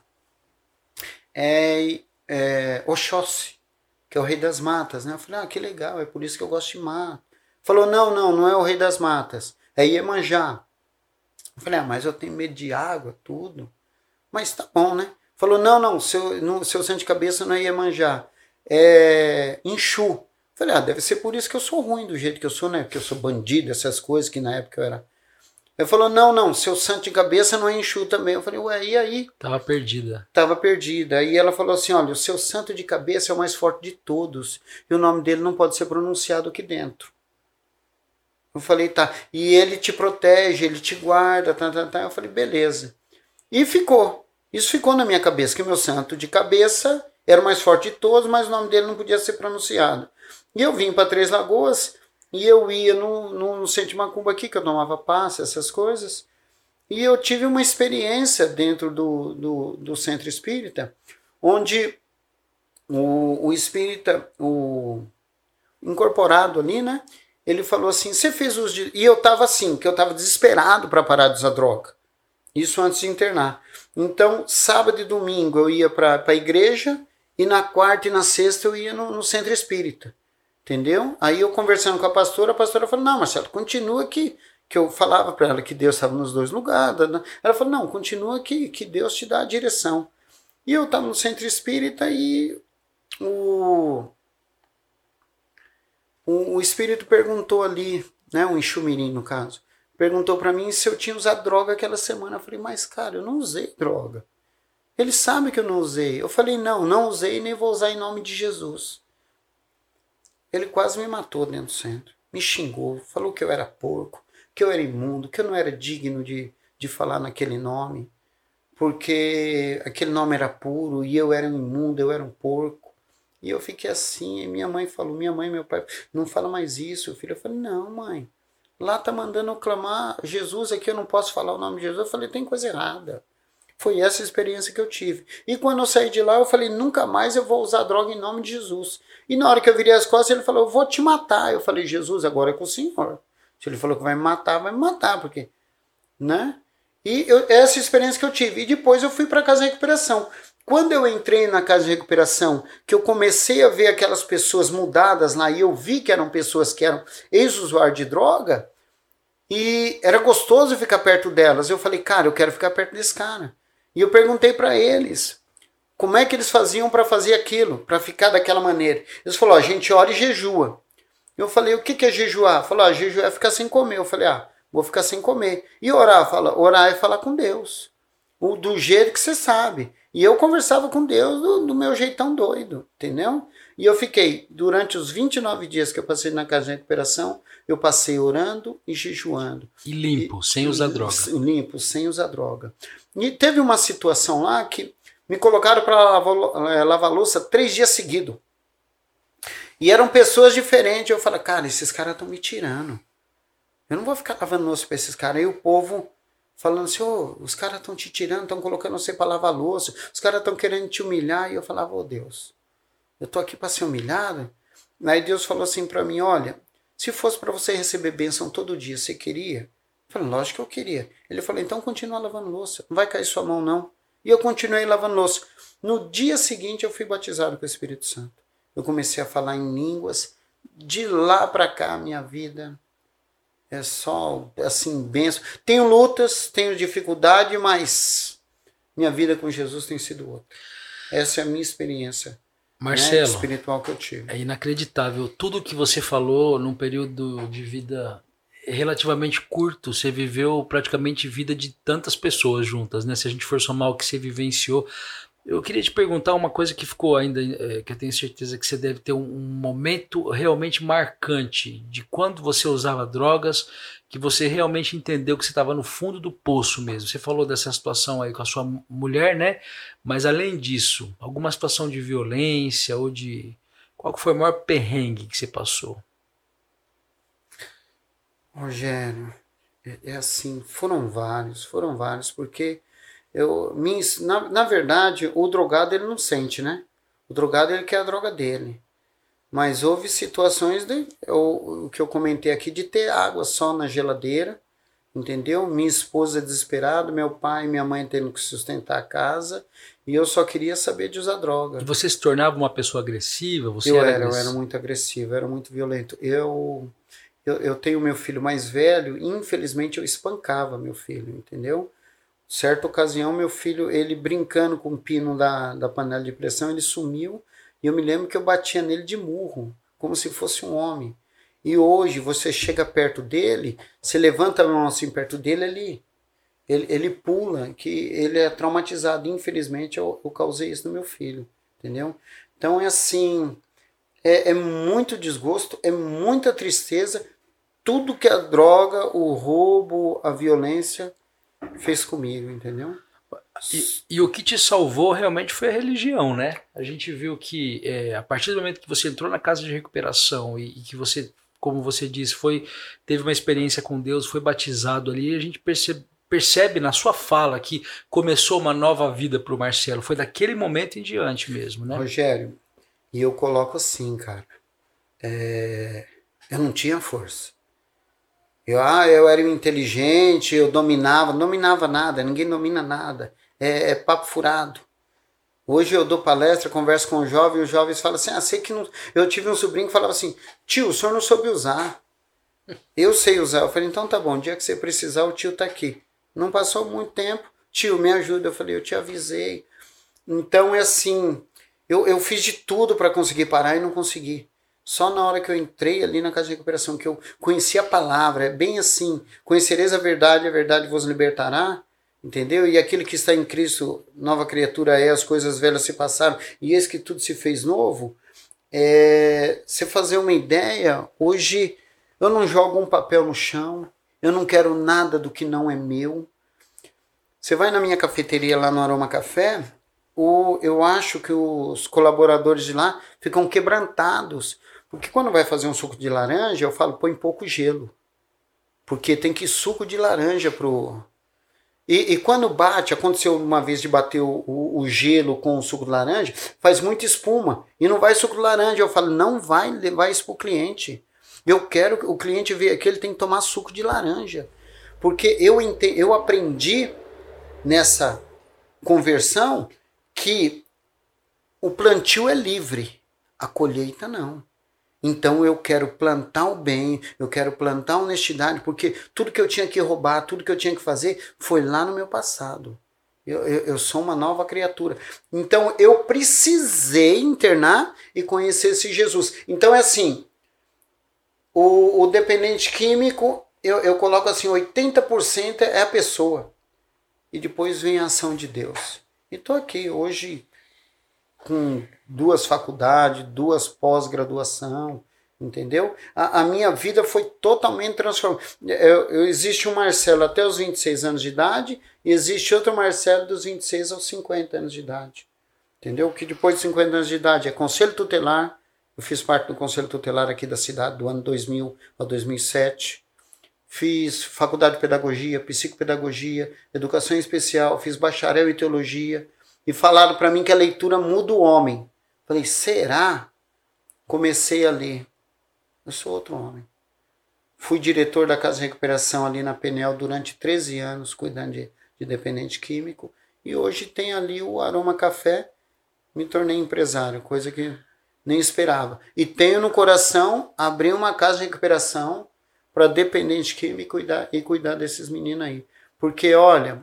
é, é Oxóssi, que é o rei das matas, né? Eu falei, ah, que legal, é por isso que eu gosto de mato. Falou, não, não, não é o rei das matas, é Iemanjá. Eu falei, ah, mas eu tenho medo de água, tudo. Mas tá bom, né? Falou, não, não, seu, no, seu santo de cabeça não é Iemanjá, é Inxu. Falei, ah, deve ser por isso que eu sou ruim do jeito que eu sou, né? Porque eu sou bandido, essas coisas que na época eu era. Ele falou, não, não, seu santo de cabeça não é Exu também. Eu falei, ué, e aí? Tava perdida. Tava perdida. Aí ela falou assim, olha, o seu santo de cabeça é o mais forte de todos. E o nome dele não pode ser pronunciado aqui dentro. Eu falei, tá. E ele te protege, ele te guarda, tá, tá, tá. Eu falei, beleza. E ficou. Isso ficou na minha cabeça, que o meu santo de cabeça era o mais forte de todos, mas o nome dele não podia ser pronunciado. E eu vim para Três Lagoas, e eu ia no, no, no centro de macumba aqui, que eu tomava passe, essas coisas. E eu tive uma experiência dentro do, do, do centro espírita, onde o, o espírita, o incorporado ali, né? Ele falou assim, você fez uso de... E eu estava assim, que eu estava desesperado para parar de usar droga. Isso antes de internar. Então, sábado e domingo eu ia para a igreja, e na quarta e na sexta eu ia no, no centro espírita. Entendeu? Aí eu conversando com a pastora, a pastora falou, não, Marcelo, continua aqui. Que eu falava para ela que Deus estava nos dois lugares. Ela falou, não, continua aqui, que Deus te dá a direção. E eu estava no centro espírita e o, o, o espírito perguntou ali, né, o Exumirim no caso, perguntou para mim se eu tinha usado droga aquela semana. Eu falei, mas cara, eu não usei droga. Ele sabe que eu não usei. Eu falei, não, não usei nem vou usar em nome de Jesus. Ele quase me matou dentro do centro. Me xingou, falou que eu era porco, que eu era imundo, que eu não era digno de, de falar naquele nome, porque aquele nome era puro e eu era um imundo, eu era um porco. E eu fiquei assim, e minha mãe falou, minha mãe e meu pai, não fala mais isso, filho. Eu falei, não, mãe, lá tá mandando eu clamar Jesus, aqui eu não posso falar o nome de Jesus. Eu falei, tem coisa errada. Foi essa a experiência que eu tive. E quando eu saí de lá, eu falei, nunca mais eu vou usar droga em nome de Jesus. E na hora que eu virei as costas, ele falou, eu vou te matar. Eu falei, Jesus, agora é com o Senhor. Se ele falou que vai me matar, vai me matar, porque, né? E eu, essa experiência que eu tive. E depois eu fui para a casa de recuperação. Quando eu entrei na casa de recuperação, que eu comecei a ver aquelas pessoas mudadas lá, e eu vi que eram pessoas que eram ex-usuários de droga, e era gostoso ficar perto delas. Eu falei, cara, eu quero ficar perto desse cara. E eu perguntei para eles, como é que eles faziam para fazer aquilo, para ficar daquela maneira. Eles falaram, a gente ora e jejua. Eu falei, o que, que é jejuar? Falou, ah, jejuar é ficar sem comer. Eu falei, ah, vou ficar sem comer. E orar? Fala, orar é falar com Deus. O, do jeito que você sabe. E eu conversava com Deus do, do meu jeitão doido, entendeu? E eu fiquei, durante os vinte e nove dias que eu passei na casa de recuperação, eu passei orando e jejuando. E limpo, e, sem usar e, droga. Limpo, sem usar droga. E teve uma situação lá que me colocaram para lavar, lavar louça três dias seguidos. E eram pessoas diferentes. Eu falei, cara, esses caras estão me tirando. Eu não vou ficar lavando louça para esses caras. Aí o povo falando assim, oh, os caras estão te tirando, estão colocando você para lavar louça, os caras estão querendo te humilhar. E eu falava, oh Deus, eu estou aqui para ser humilhado? Aí Deus falou assim para mim, olha, se fosse para você receber bênção todo dia, você queria? Eu falei, lógico que eu queria. Ele falou, então continua lavando louça, não vai cair sua mão não. E eu continuei lavando louça. No dia seguinte eu fui batizado com o Espírito Santo. Eu comecei a falar em línguas. De lá para cá, minha vida é só, assim, bênção. Tenho lutas, tenho dificuldade, mas minha vida com Jesus tem sido outra. Essa é a minha experiência, Marcelo, né, espiritual que eu tive. É inacreditável. Tudo que você falou num período de vida relativamente curto, você viveu praticamente vida de tantas pessoas juntas, né? Se a gente for somar o que você vivenciou. Eu queria te perguntar uma coisa que ficou ainda, é, que eu tenho certeza que você deve ter um, um momento realmente marcante de quando você usava drogas, que você realmente entendeu que você estava no fundo do poço mesmo. Você falou dessa situação aí com a sua mulher, né? Mas além disso, alguma situação de violência ou de... Qual que foi o maior perrengue que você passou? Rogério, é, é assim, foram vários, foram vários, porque... Eu, na, na verdade, o drogado ele não sente, né? O drogado ele quer a droga dele. Mas houve situações, de, eu, o que eu comentei aqui, de ter água só na geladeira, entendeu? Minha esposa desesperada, meu pai e minha mãe tendo que sustentar a casa, e eu só queria saber de usar droga. E você se tornava uma pessoa agressiva? Você eu era, era, eu era muito agressivo, eu era muito violento. Eu, eu, eu tenho meu filho mais velho, e infelizmente eu espancava meu filho, entendeu? Certa ocasião, meu filho, ele brincando com o pino da, da panela de pressão, ele sumiu, e eu me lembro que eu batia nele de murro, como se fosse um homem. E hoje você chega perto dele, você levanta a mão assim perto dele, ele, ele, ele pula, que ele é traumatizado. Infelizmente eu, eu causei isso no meu filho, entendeu? Então é assim, é, é muito desgosto, é muita tristeza, tudo que a droga, o roubo, a violência fez comigo, entendeu? E, e o que te salvou realmente foi a religião, né? A gente viu que é, a partir do momento que você entrou na casa de recuperação e, e que você, como você disse, foi, teve uma experiência com Deus, foi batizado ali, a gente percebe, percebe na sua fala que começou uma nova vida para o Marcelo. Foi daquele momento em diante mesmo, né? Rogério, e eu coloco assim, cara, é, eu não tinha força. Eu, ah, eu era inteligente, eu dominava, não dominava nada, ninguém domina nada. É, é papo furado. Hoje eu dou palestra, converso com os jovens, os jovens falam assim, ah, sei que não... Eu tive um sobrinho que falava assim, tio, o senhor não soube usar. Eu sei usar. Eu falei, então tá bom, o dia que você precisar, o tio tá aqui. Não passou muito tempo, tio, me ajuda. Eu falei, eu te avisei. Então é assim, eu, eu fiz de tudo para conseguir parar e não consegui. Só na hora que eu entrei ali na casa de recuperação, que eu conheci a palavra, é bem assim, conhecereis a verdade, a verdade vos libertará, entendeu? E aquele que está em Cristo, nova criatura é, as coisas velhas se passaram, e eis que tudo se fez novo. É, você fazer uma ideia, hoje eu não jogo um papel no chão, eu não quero nada do que não é meu. Você vai na minha cafeteria lá no Aroma Café, o, eu acho que os colaboradores de lá ficam quebrantados, porque quando vai fazer um suco de laranja, eu falo, põe pouco gelo. Porque tem que ir suco de laranja pro... E, e quando bate, aconteceu uma vez de bater o, o, o gelo com o suco de laranja, faz muita espuma. E não vai suco de laranja. Eu falo, não vai levar isso pro cliente. Eu quero que o cliente veja que ele tem que tomar suco de laranja. Porque eu, entendi, eu aprendi nessa conversão que o plantio é livre, a colheita não. Então eu quero plantar o bem, eu quero plantar a honestidade, porque tudo que eu tinha que roubar, tudo que eu tinha que fazer, foi lá no meu passado. Eu, eu, eu sou uma nova criatura. Então eu precisei internar e conhecer esse Jesus. Então é assim, o, o dependente químico, eu, eu coloco assim, oitenta por cento é a pessoa. E depois vem a ação de Deus. E estou aqui hoje com duas faculdades, duas pós-graduação, entendeu? A, a minha vida foi totalmente transformada. Eu, eu, existe um Marcelo até os vinte e seis anos de idade e existe outro Marcelo dos vinte e seis aos cinquenta anos de idade, entendeu? Que depois de cinquenta anos de idade é conselho tutelar. Eu fiz parte do conselho tutelar aqui da cidade do ano dois mil a dois mil e sete. Fiz faculdade de pedagogia, psicopedagogia, educação especial, fiz bacharel em teologia. E falaram para mim que a leitura muda o homem. Falei, será? Comecei a ler. Eu sou outro homem. Fui diretor da Casa de Recuperação ali na Penel durante treze anos, cuidando de, de dependente químico. E hoje tem ali o Aroma Café. Me tornei empresário, coisa que nem esperava. E tenho no coração abrir uma Casa de Recuperação para dependente químico e cuidar, e cuidar desses meninos aí. Porque, olha...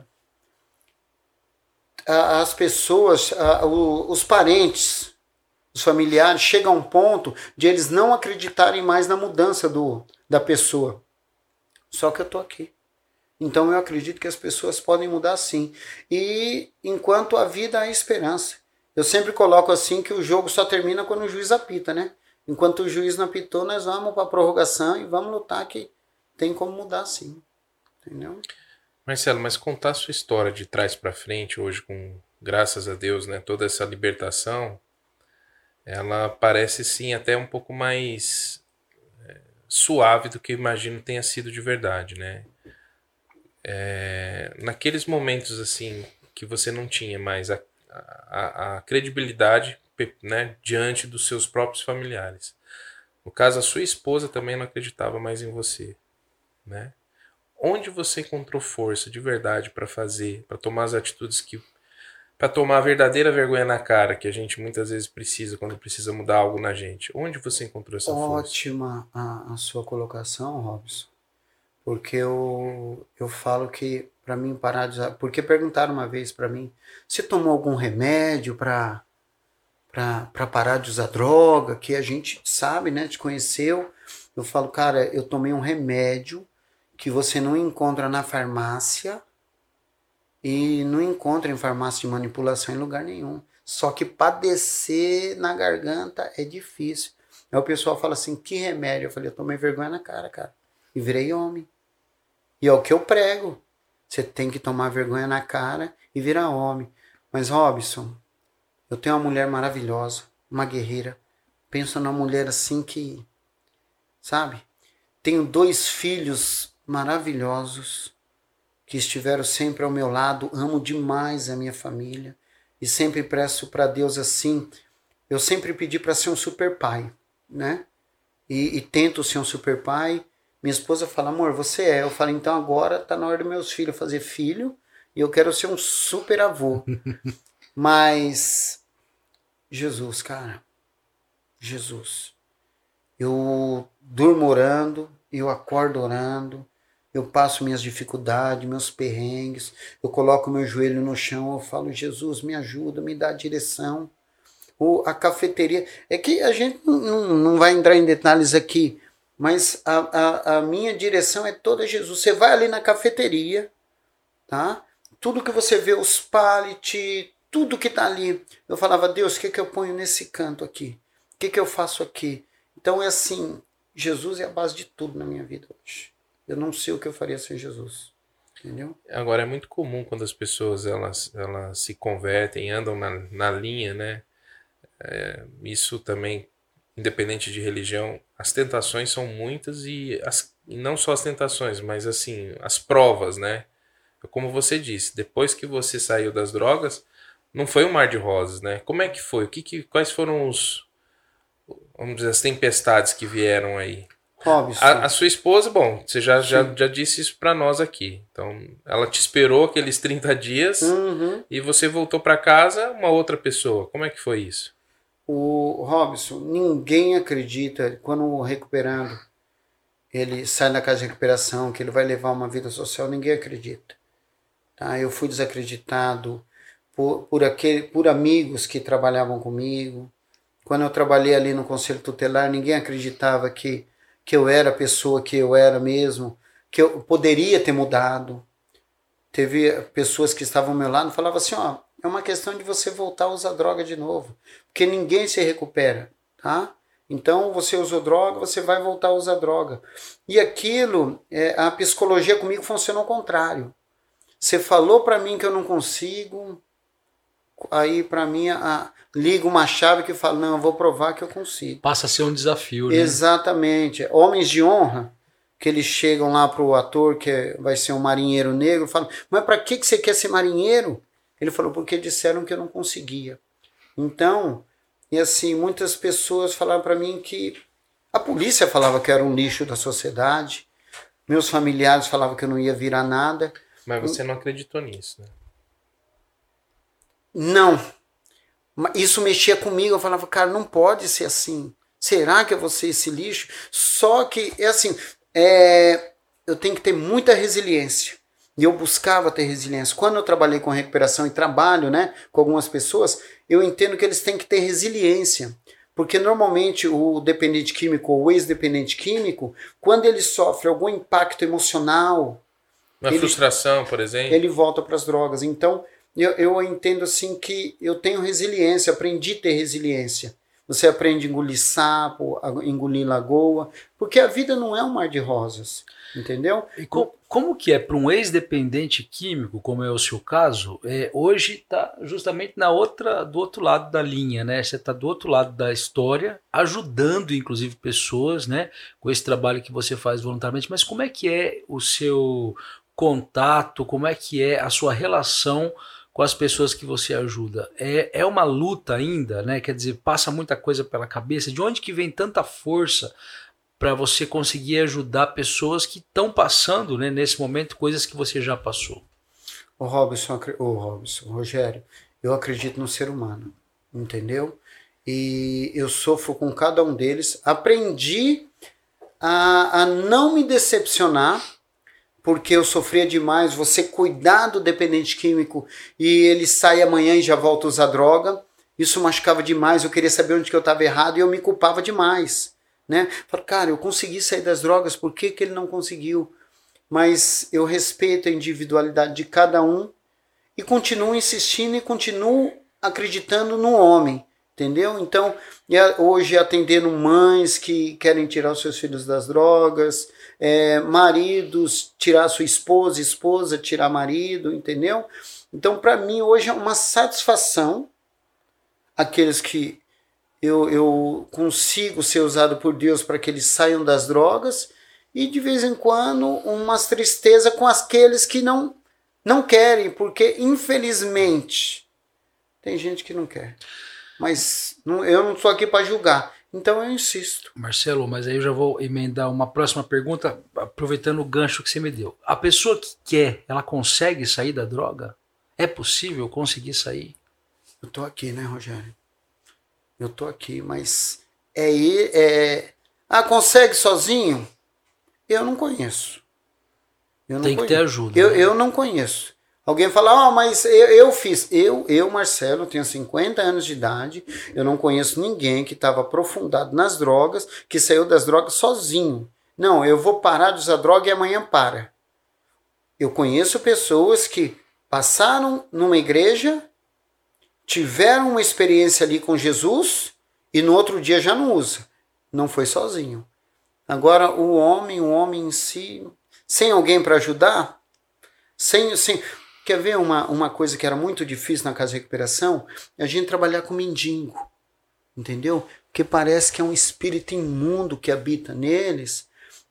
as pessoas, os parentes, os familiares, chegam a um ponto de eles não acreditarem mais na mudança do, da pessoa. Só que eu estou aqui. Então eu acredito que as pessoas podem mudar sim. E enquanto a vida há esperança. Eu sempre coloco assim que o jogo só termina quando o juiz apita, né? Enquanto o juiz não apitou, nós vamos para a prorrogação e vamos lutar que tem como mudar sim. Entendeu? Marcelo, mas contar a sua história de trás para frente, hoje com, graças a Deus, né, toda essa libertação, ela parece sim até um pouco mais é, suave do que eu imagino tenha sido de verdade, né? É, naqueles momentos assim que você não tinha mais a, a, a credibilidade, né, diante dos seus próprios familiares. No caso, a sua esposa também não acreditava mais em você, né? Onde você encontrou força de verdade para fazer, para tomar as atitudes que... para tomar a verdadeira vergonha na cara que a gente muitas vezes precisa quando precisa mudar algo na gente? Onde você encontrou essa Ótima força? Ótima a, a sua colocação, Robson. Porque eu, eu falo que para mim parar de usar... Porque perguntaram uma vez para mim, você tomou algum remédio para para parar de usar droga? Que a gente sabe, né? Te conheceu. Eu falo, cara, eu tomei um remédio que você não encontra na farmácia e não encontra em farmácia de manipulação em lugar nenhum. Só que padecer na garganta é difícil. Aí o pessoal fala assim, que remédio? Eu falei, eu tomei vergonha na cara, cara. E virei homem. E é o que eu prego. Você tem que tomar vergonha na cara e virar homem. Mas, Robson, eu tenho uma mulher maravilhosa, uma guerreira. Penso numa mulher assim que, sabe? Tenho dois filhos maravilhosos que estiveram sempre ao meu lado. Amo demais a minha família. E sempre peço para Deus assim. Eu sempre pedi para ser um super pai, né? E, e tento ser um super pai. Minha esposa fala, amor, você é. Eu falo, então agora tá na hora dos meus filhos fazer filho. E eu quero ser um super avô. Mas, Jesus, cara. Jesus. Eu durmo orando. Eu acordo orando. Eu passo minhas dificuldades, meus perrengues. Eu coloco meu joelho no chão. Eu falo, Jesus, me ajuda, me dá a direção. Ou a cafeteria. É que a gente não, não vai entrar em detalhes aqui. Mas a, a, a minha direção é toda Jesus. Você vai ali na cafeteria, tá? Tudo que você vê, os pallets, tudo que tá ali. Eu falava, Deus, o que, que eu ponho nesse canto aqui? O que, que eu faço aqui? Então é assim, Jesus é a base de tudo na minha vida hoje. Eu não sei o que eu faria sem Jesus. Entendeu? Agora é muito comum quando as pessoas elas, elas se convertem, andam na, na linha, né? É, isso também, independente de religião, as tentações são muitas e, as, e não só as tentações, mas assim, as provas, né? Como você disse, depois que você saiu das drogas, não foi um mar de rosas, né? Como é que foi? O que, que, quais foram os, vamos dizer, as tempestades que vieram aí? A, a sua esposa, bom, você já, já, já disse isso pra nós aqui. Então, ela te esperou aqueles trinta dias uhum. E você voltou pra casa, uma outra pessoa. Como é que foi isso? O Robson, ninguém acredita quando recuperando, ele sai da casa de recuperação, que ele vai levar uma vida social, ninguém acredita. Tá? Eu fui desacreditado por, por, aquele, por amigos que trabalhavam comigo. Quando eu trabalhei ali no Conselho Tutelar, ninguém acreditava que, que eu era a pessoa que eu era mesmo, que eu poderia ter mudado. Teve pessoas que estavam ao meu lado e falavam assim, ó, é uma questão de você voltar a usar droga de novo, porque ninguém se recupera, tá? Então você usou droga, você vai voltar a usar droga. E aquilo, é, a psicologia comigo funciona ao contrário. Você falou para mim que eu não consigo, aí para mim a, liga uma chave que fala, não, eu vou provar que eu consigo. Passa a ser um desafio, né? Exatamente. Homens de honra, que eles chegam lá pro ator que vai ser um marinheiro negro, falam, mas para que, que você quer ser marinheiro? Ele falou, porque disseram que eu não conseguia. Então, e assim, muitas pessoas falaram para mim que a polícia falava que eu era um lixo da sociedade, meus familiares falavam que eu não ia virar nada. Mas você não acreditou nisso, né? Não. Isso mexia comigo, eu falava, cara, não pode ser assim. Será que eu vou ser esse lixo? Só que, é assim, é, eu tenho que ter muita resiliência. E eu buscava ter resiliência. Quando eu trabalhei com recuperação e trabalho, né, com algumas pessoas, eu entendo que eles têm que ter resiliência. Porque normalmente o dependente químico ou o ex-dependente químico, quando ele sofre algum impacto emocional... Uma ele, frustração, por exemplo. Ele volta para as drogas. Então, eu, eu entendo assim que eu tenho resiliência, aprendi a ter resiliência. Você aprende a engolir sapo, a engolir lagoa, porque a vida não é um mar de rosas, entendeu? E com, como que é para um ex-dependente químico, como é o seu caso, é, hoje está justamente na outra, do outro lado da linha, né? Você está do outro lado da história, ajudando inclusive pessoas, né? Com esse trabalho que você faz voluntariamente, mas como é que é o seu contato, como é que é a sua relação com as pessoas que você ajuda? É, é uma luta ainda, né? Quer dizer, passa muita coisa pela cabeça. De onde que vem tanta força para você conseguir ajudar pessoas que estão passando, né, nesse momento, coisas que você já passou? O Robson, o Robson, Rogério, eu acredito no ser humano, entendeu? E eu sofro com cada um deles. Aprendi a, a não me decepcionar, porque eu sofria demais. Você cuidar do dependente químico e ele sai amanhã e já volta a usar droga, isso machucava demais. Eu queria saber onde que eu estava errado e eu me culpava demais. né? Falo, cara, eu consegui sair das drogas, por que que ele não conseguiu? Mas eu respeito a individualidade de cada um e continuo insistindo e continuo acreditando no homem, entendeu? Então, hoje atendendo mães que querem tirar os seus filhos das drogas, é, maridos tirar sua esposa, esposa tirar marido, entendeu? Então, para mim, hoje é uma satisfação aqueles que eu, eu consigo ser usado por Deus para que eles saiam das drogas, e de vez em quando umas tristeza com aqueles que não, não querem, porque infelizmente tem gente que não quer. Mas não, eu não estou aqui para julgar, então eu insisto. Marcelo, mas aí eu já vou emendar uma próxima pergunta, aproveitando o gancho que você me deu. A pessoa que quer, ela consegue sair da droga? É possível conseguir sair? Eu tô aqui, né, Rogério? Eu tô aqui, mas é, é... Ah, consegue sozinho? Eu não conheço. Eu não Tem que conheço. ter ajuda. Eu, né? eu não conheço. Alguém fala, oh, mas eu, eu fiz. Eu, eu, Marcelo, tenho cinquenta anos de idade, eu não conheço ninguém que estava aprofundado nas drogas, que saiu das drogas sozinho. Não, eu vou parar de usar droga e amanhã para. Eu conheço pessoas que passaram numa igreja, tiveram uma experiência ali com Jesus e no outro dia já não usa. Não foi sozinho. Agora, o homem, o homem em si, sem alguém para ajudar, sem, sem... Quer ver uma, uma coisa que era muito difícil na casa de recuperação? A gente trabalhar com mendigo, entendeu? Porque parece que é um espírito imundo que habita neles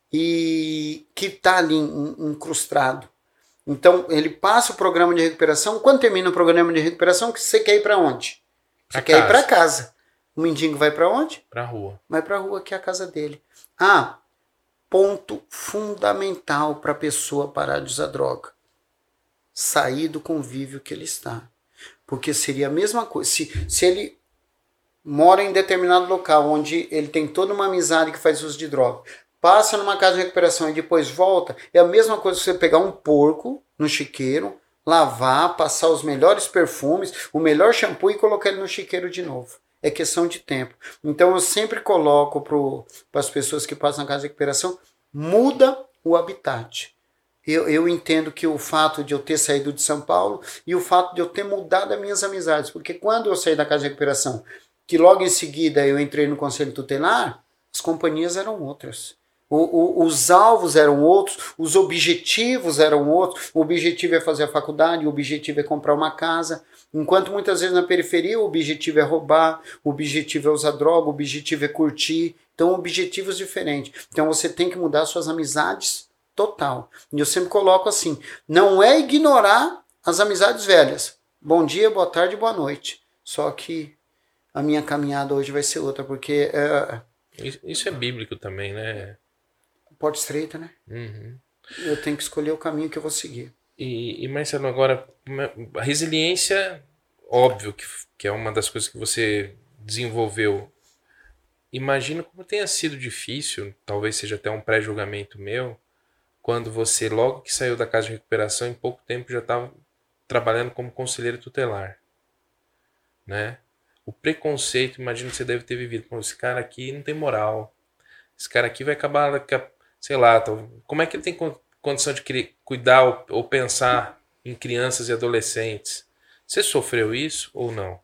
e que está ali incrustado. Então, ele passa o programa de recuperação. Quando termina o programa de recuperação, você quer ir para onde? Você quer ir para casa. O mendigo vai para onde? Para a rua. Vai para a rua, que é a casa dele. Ah, ponto fundamental para a pessoa parar de usar droga. Sair do convívio que ele está. Porque seria a mesma coisa. Se, se ele mora em determinado local, onde ele tem toda uma amizade que faz uso de droga, passa numa casa de recuperação e depois volta, é a mesma coisa que você pegar um porco no chiqueiro, lavar, passar os melhores perfumes, o melhor shampoo e colocar ele no chiqueiro de novo. É questão de tempo. Então eu sempre coloco para as pessoas que passam na casa de recuperação, muda o habitat. Eu, eu entendo que o fato de eu ter saído de São Paulo e o fato de eu ter mudado as minhas amizades, porque quando eu saí da casa de recuperação, que logo em seguida eu entrei no Conselho Tutelar, as companhias eram outras. O, o, os alvos eram outros, os objetivos eram outros. O objetivo é fazer a faculdade, o objetivo é comprar uma casa. Enquanto muitas vezes na periferia o objetivo é roubar, o objetivo é usar droga, o objetivo é curtir. Então, objetivos diferentes. Então, você tem que mudar suas amizades total. E eu sempre coloco assim, não é ignorar as amizades velhas. Bom dia, boa tarde, boa noite. Só que a minha caminhada hoje vai ser outra, porque... É, isso é bíblico também, né? Porta estreita, né? Uhum. Eu tenho que escolher o caminho que eu vou seguir. E, e Marcelo, agora, a resiliência, óbvio que, que é uma das coisas que você desenvolveu. Imagino como tenha sido difícil, talvez seja até um pré-julgamento meu, quando você, logo que saiu da casa de recuperação, em pouco tempo já estava trabalhando como conselheiro tutelar. Né? O preconceito, imagino que você deve ter vivido. Pô, esse cara aqui não tem moral. Esse cara aqui vai acabar... Sei lá, como é que ele tem condição de cuidar ou, ou pensar em crianças e adolescentes? Você sofreu isso ou não?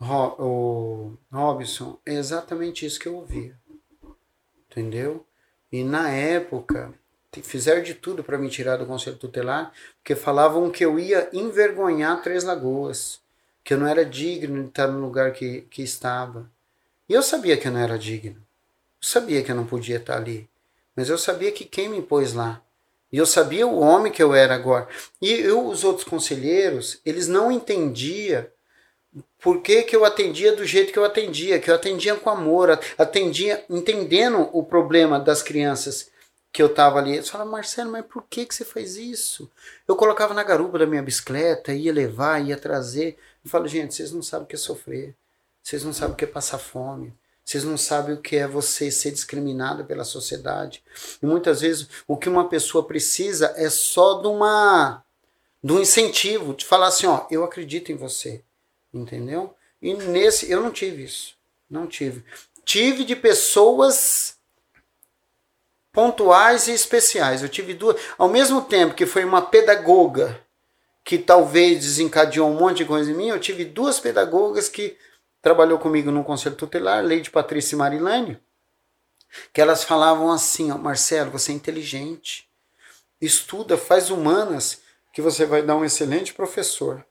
O Robson, é exatamente isso que eu ouvia. Entendeu? E na época, fizeram de tudo para me tirar do Conselho Tutelar, porque falavam que eu ia envergonhar Três Lagoas, que eu não era digno de estar no lugar que, que estava. E eu sabia que eu não era digno. Eu sabia que eu não podia estar ali. Mas eu sabia que quem me pôs lá. E eu sabia o homem que eu era agora. E eu, os outros conselheiros, eles não entendiam por que, que eu atendia do jeito que eu atendia. Que eu atendia com amor, atendia entendendo o problema das crianças que eu estava ali. Eles falavam, Marcelo, mas por que, que você faz isso? Eu colocava na garupa da minha bicicleta, ia levar, ia trazer. Eu falo, gente, vocês não sabem o que é sofrer. Vocês não sabem o que é passar fome. Vocês não sabem o que é você ser discriminado pela sociedade. E muitas vezes o que uma pessoa precisa é só de, uma, de um incentivo, de falar assim, ó, eu acredito em você. Entendeu? E nesse, eu não tive isso. Não tive. Tive de pessoas pontuais e especiais. Eu tive duas, ao mesmo tempo que foi uma pedagoga que talvez desencadeou um monte de coisa em mim, eu tive duas pedagogas que trabalhou comigo no Conselho Tutelar, Leide Patrícia e Marilane, que elas falavam assim, ó, Marcelo, você é inteligente, estuda, faz humanas, que você vai dar um excelente professor.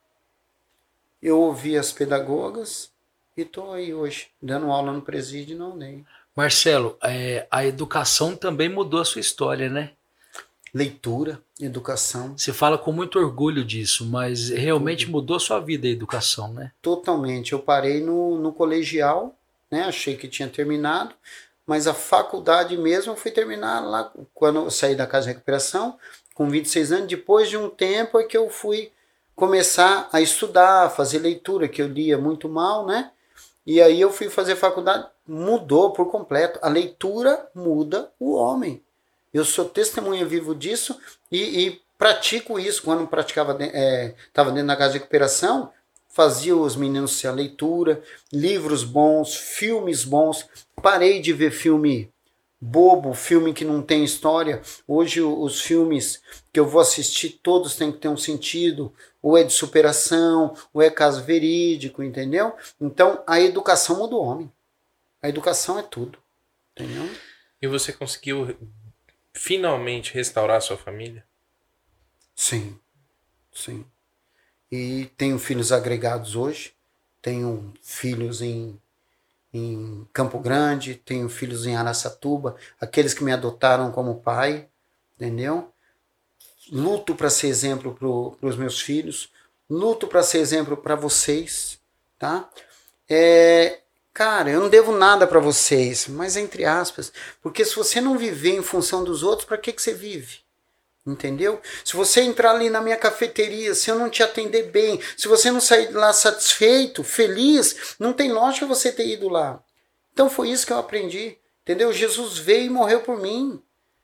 Eu ouvi as pedagogas e estou aí hoje, dando aula no presídio e não nem. Marcelo, é, a educação também mudou a sua história, né? Leitura, educação. Você fala com muito orgulho disso, mas realmente Tudo. Mudou a sua vida a educação, né? Totalmente. Eu parei no, no colegial, né? Achei que tinha terminado, mas a faculdade mesmo eu fui terminar lá quando eu saí da casa de recuperação, com vinte e seis anos. Depois de um tempo é que eu fui começar a estudar, fazer leitura, que eu lia muito mal, né? E aí eu fui fazer faculdade, mudou por completo. A leitura muda o homem. Eu sou testemunha vivo disso e, e pratico isso. Quando praticava, estava é, dentro da casa de recuperação, fazia os meninos ser a leitura, livros bons, filmes bons. Parei de ver filme bobo, filme que não tem história. Hoje os filmes que eu vou assistir, todos têm que ter um sentido. Ou é de superação, ou é caso verídico, entendeu? Então a educação muda o homem. A educação é tudo, entendeu? E você conseguiu finalmente restaurar a sua família? Sim, sim. E tenho filhos agregados hoje, tenho filhos em, em Campo Grande, tenho filhos em Araçatuba, aqueles que me adotaram como pai, entendeu? Luto para ser exemplo para os meus filhos, luto para ser exemplo para vocês, tá? É, cara, eu não devo nada para vocês, mas entre aspas, porque se você não viver em função dos outros, para que, que você vive? Entendeu? Se você entrar ali na minha cafeteria, se eu não te atender bem, se você não sair de lá satisfeito, feliz, não tem lógica você ter ido lá. Então foi isso que eu aprendi, entendeu? Jesus veio e morreu por mim.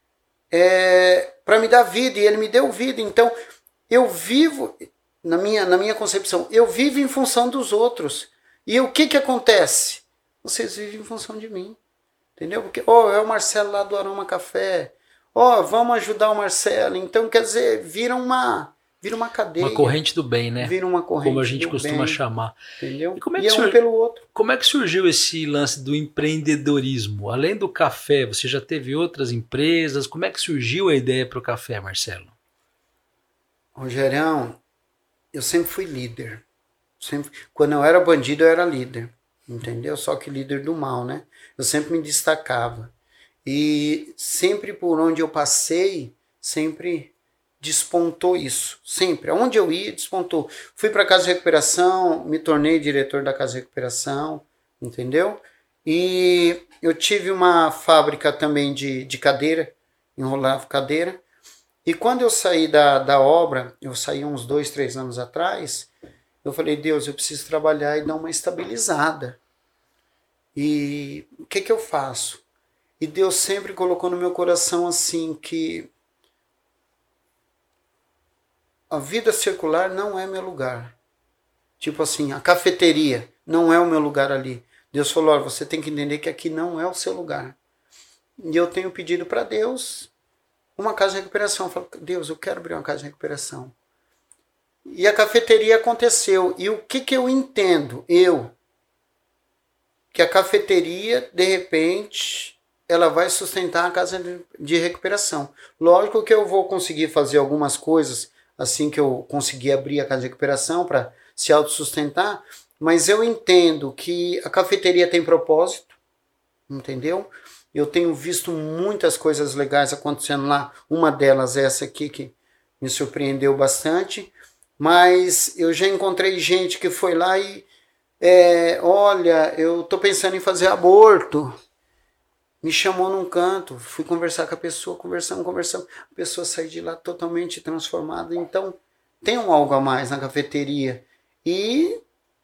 É, para me dar vida, e ele me deu vida. Então eu vivo, na minha, na minha concepção, eu vivo em função dos outros. E o que que acontece? Vocês vivem em função de mim, entendeu? Porque, oh, é o Marcelo lá do Aroma Café, ó, oh, vamos ajudar o Marcelo. Então, quer dizer, vira uma, vira uma cadeia. Uma corrente do bem, né? Vira uma corrente como a gente do costuma bem, chamar. Entendeu? E, como é e que é sur... um pelo outro. Como é que surgiu esse lance do empreendedorismo? Além do café, você já teve outras empresas? Como é que surgiu a ideia para o café, Marcelo? Rogerão, eu sempre fui líder. Sempre... Quando eu era bandido, eu era líder. Entendeu? Só que líder do mal, né? Eu sempre me destacava. E sempre por onde eu passei, sempre despontou isso. Sempre. Aonde eu ia, despontou. Fui para a casa de recuperação, me tornei diretor da casa de recuperação, entendeu? E eu tive uma fábrica também de, de cadeira, enrolava cadeira. E quando eu saí da, da obra, eu saí uns dois, três anos atrás, eu falei, Deus, eu preciso trabalhar e dar uma estabilizada. E o que que eu faço? E Deus sempre colocou no meu coração assim que a vida circular não é meu lugar. Tipo assim, a cafeteria não é o meu lugar ali. Deus falou, olha, você tem que entender que aqui não é o seu lugar. E eu tenho pedido para Deus uma casa de recuperação. Eu falo, Deus, eu quero abrir uma casa de recuperação. E a cafeteria aconteceu. E o que que eu entendo? Eu. Que a cafeteria, de repente, ela vai sustentar a casa de recuperação. Lógico que eu vou conseguir fazer algumas coisas assim que eu conseguir abrir a casa de recuperação para se autossustentar, mas eu entendo que a cafeteria tem propósito, entendeu? Eu tenho visto muitas coisas legais acontecendo lá, uma delas é essa aqui que me surpreendeu bastante, mas eu já encontrei gente que foi lá e é, olha, eu tô pensando em fazer aborto. Me chamou num canto, fui conversar com a pessoa, conversando, conversando. A pessoa saiu de lá totalmente transformada. Então, tem um algo a mais na cafeteria. E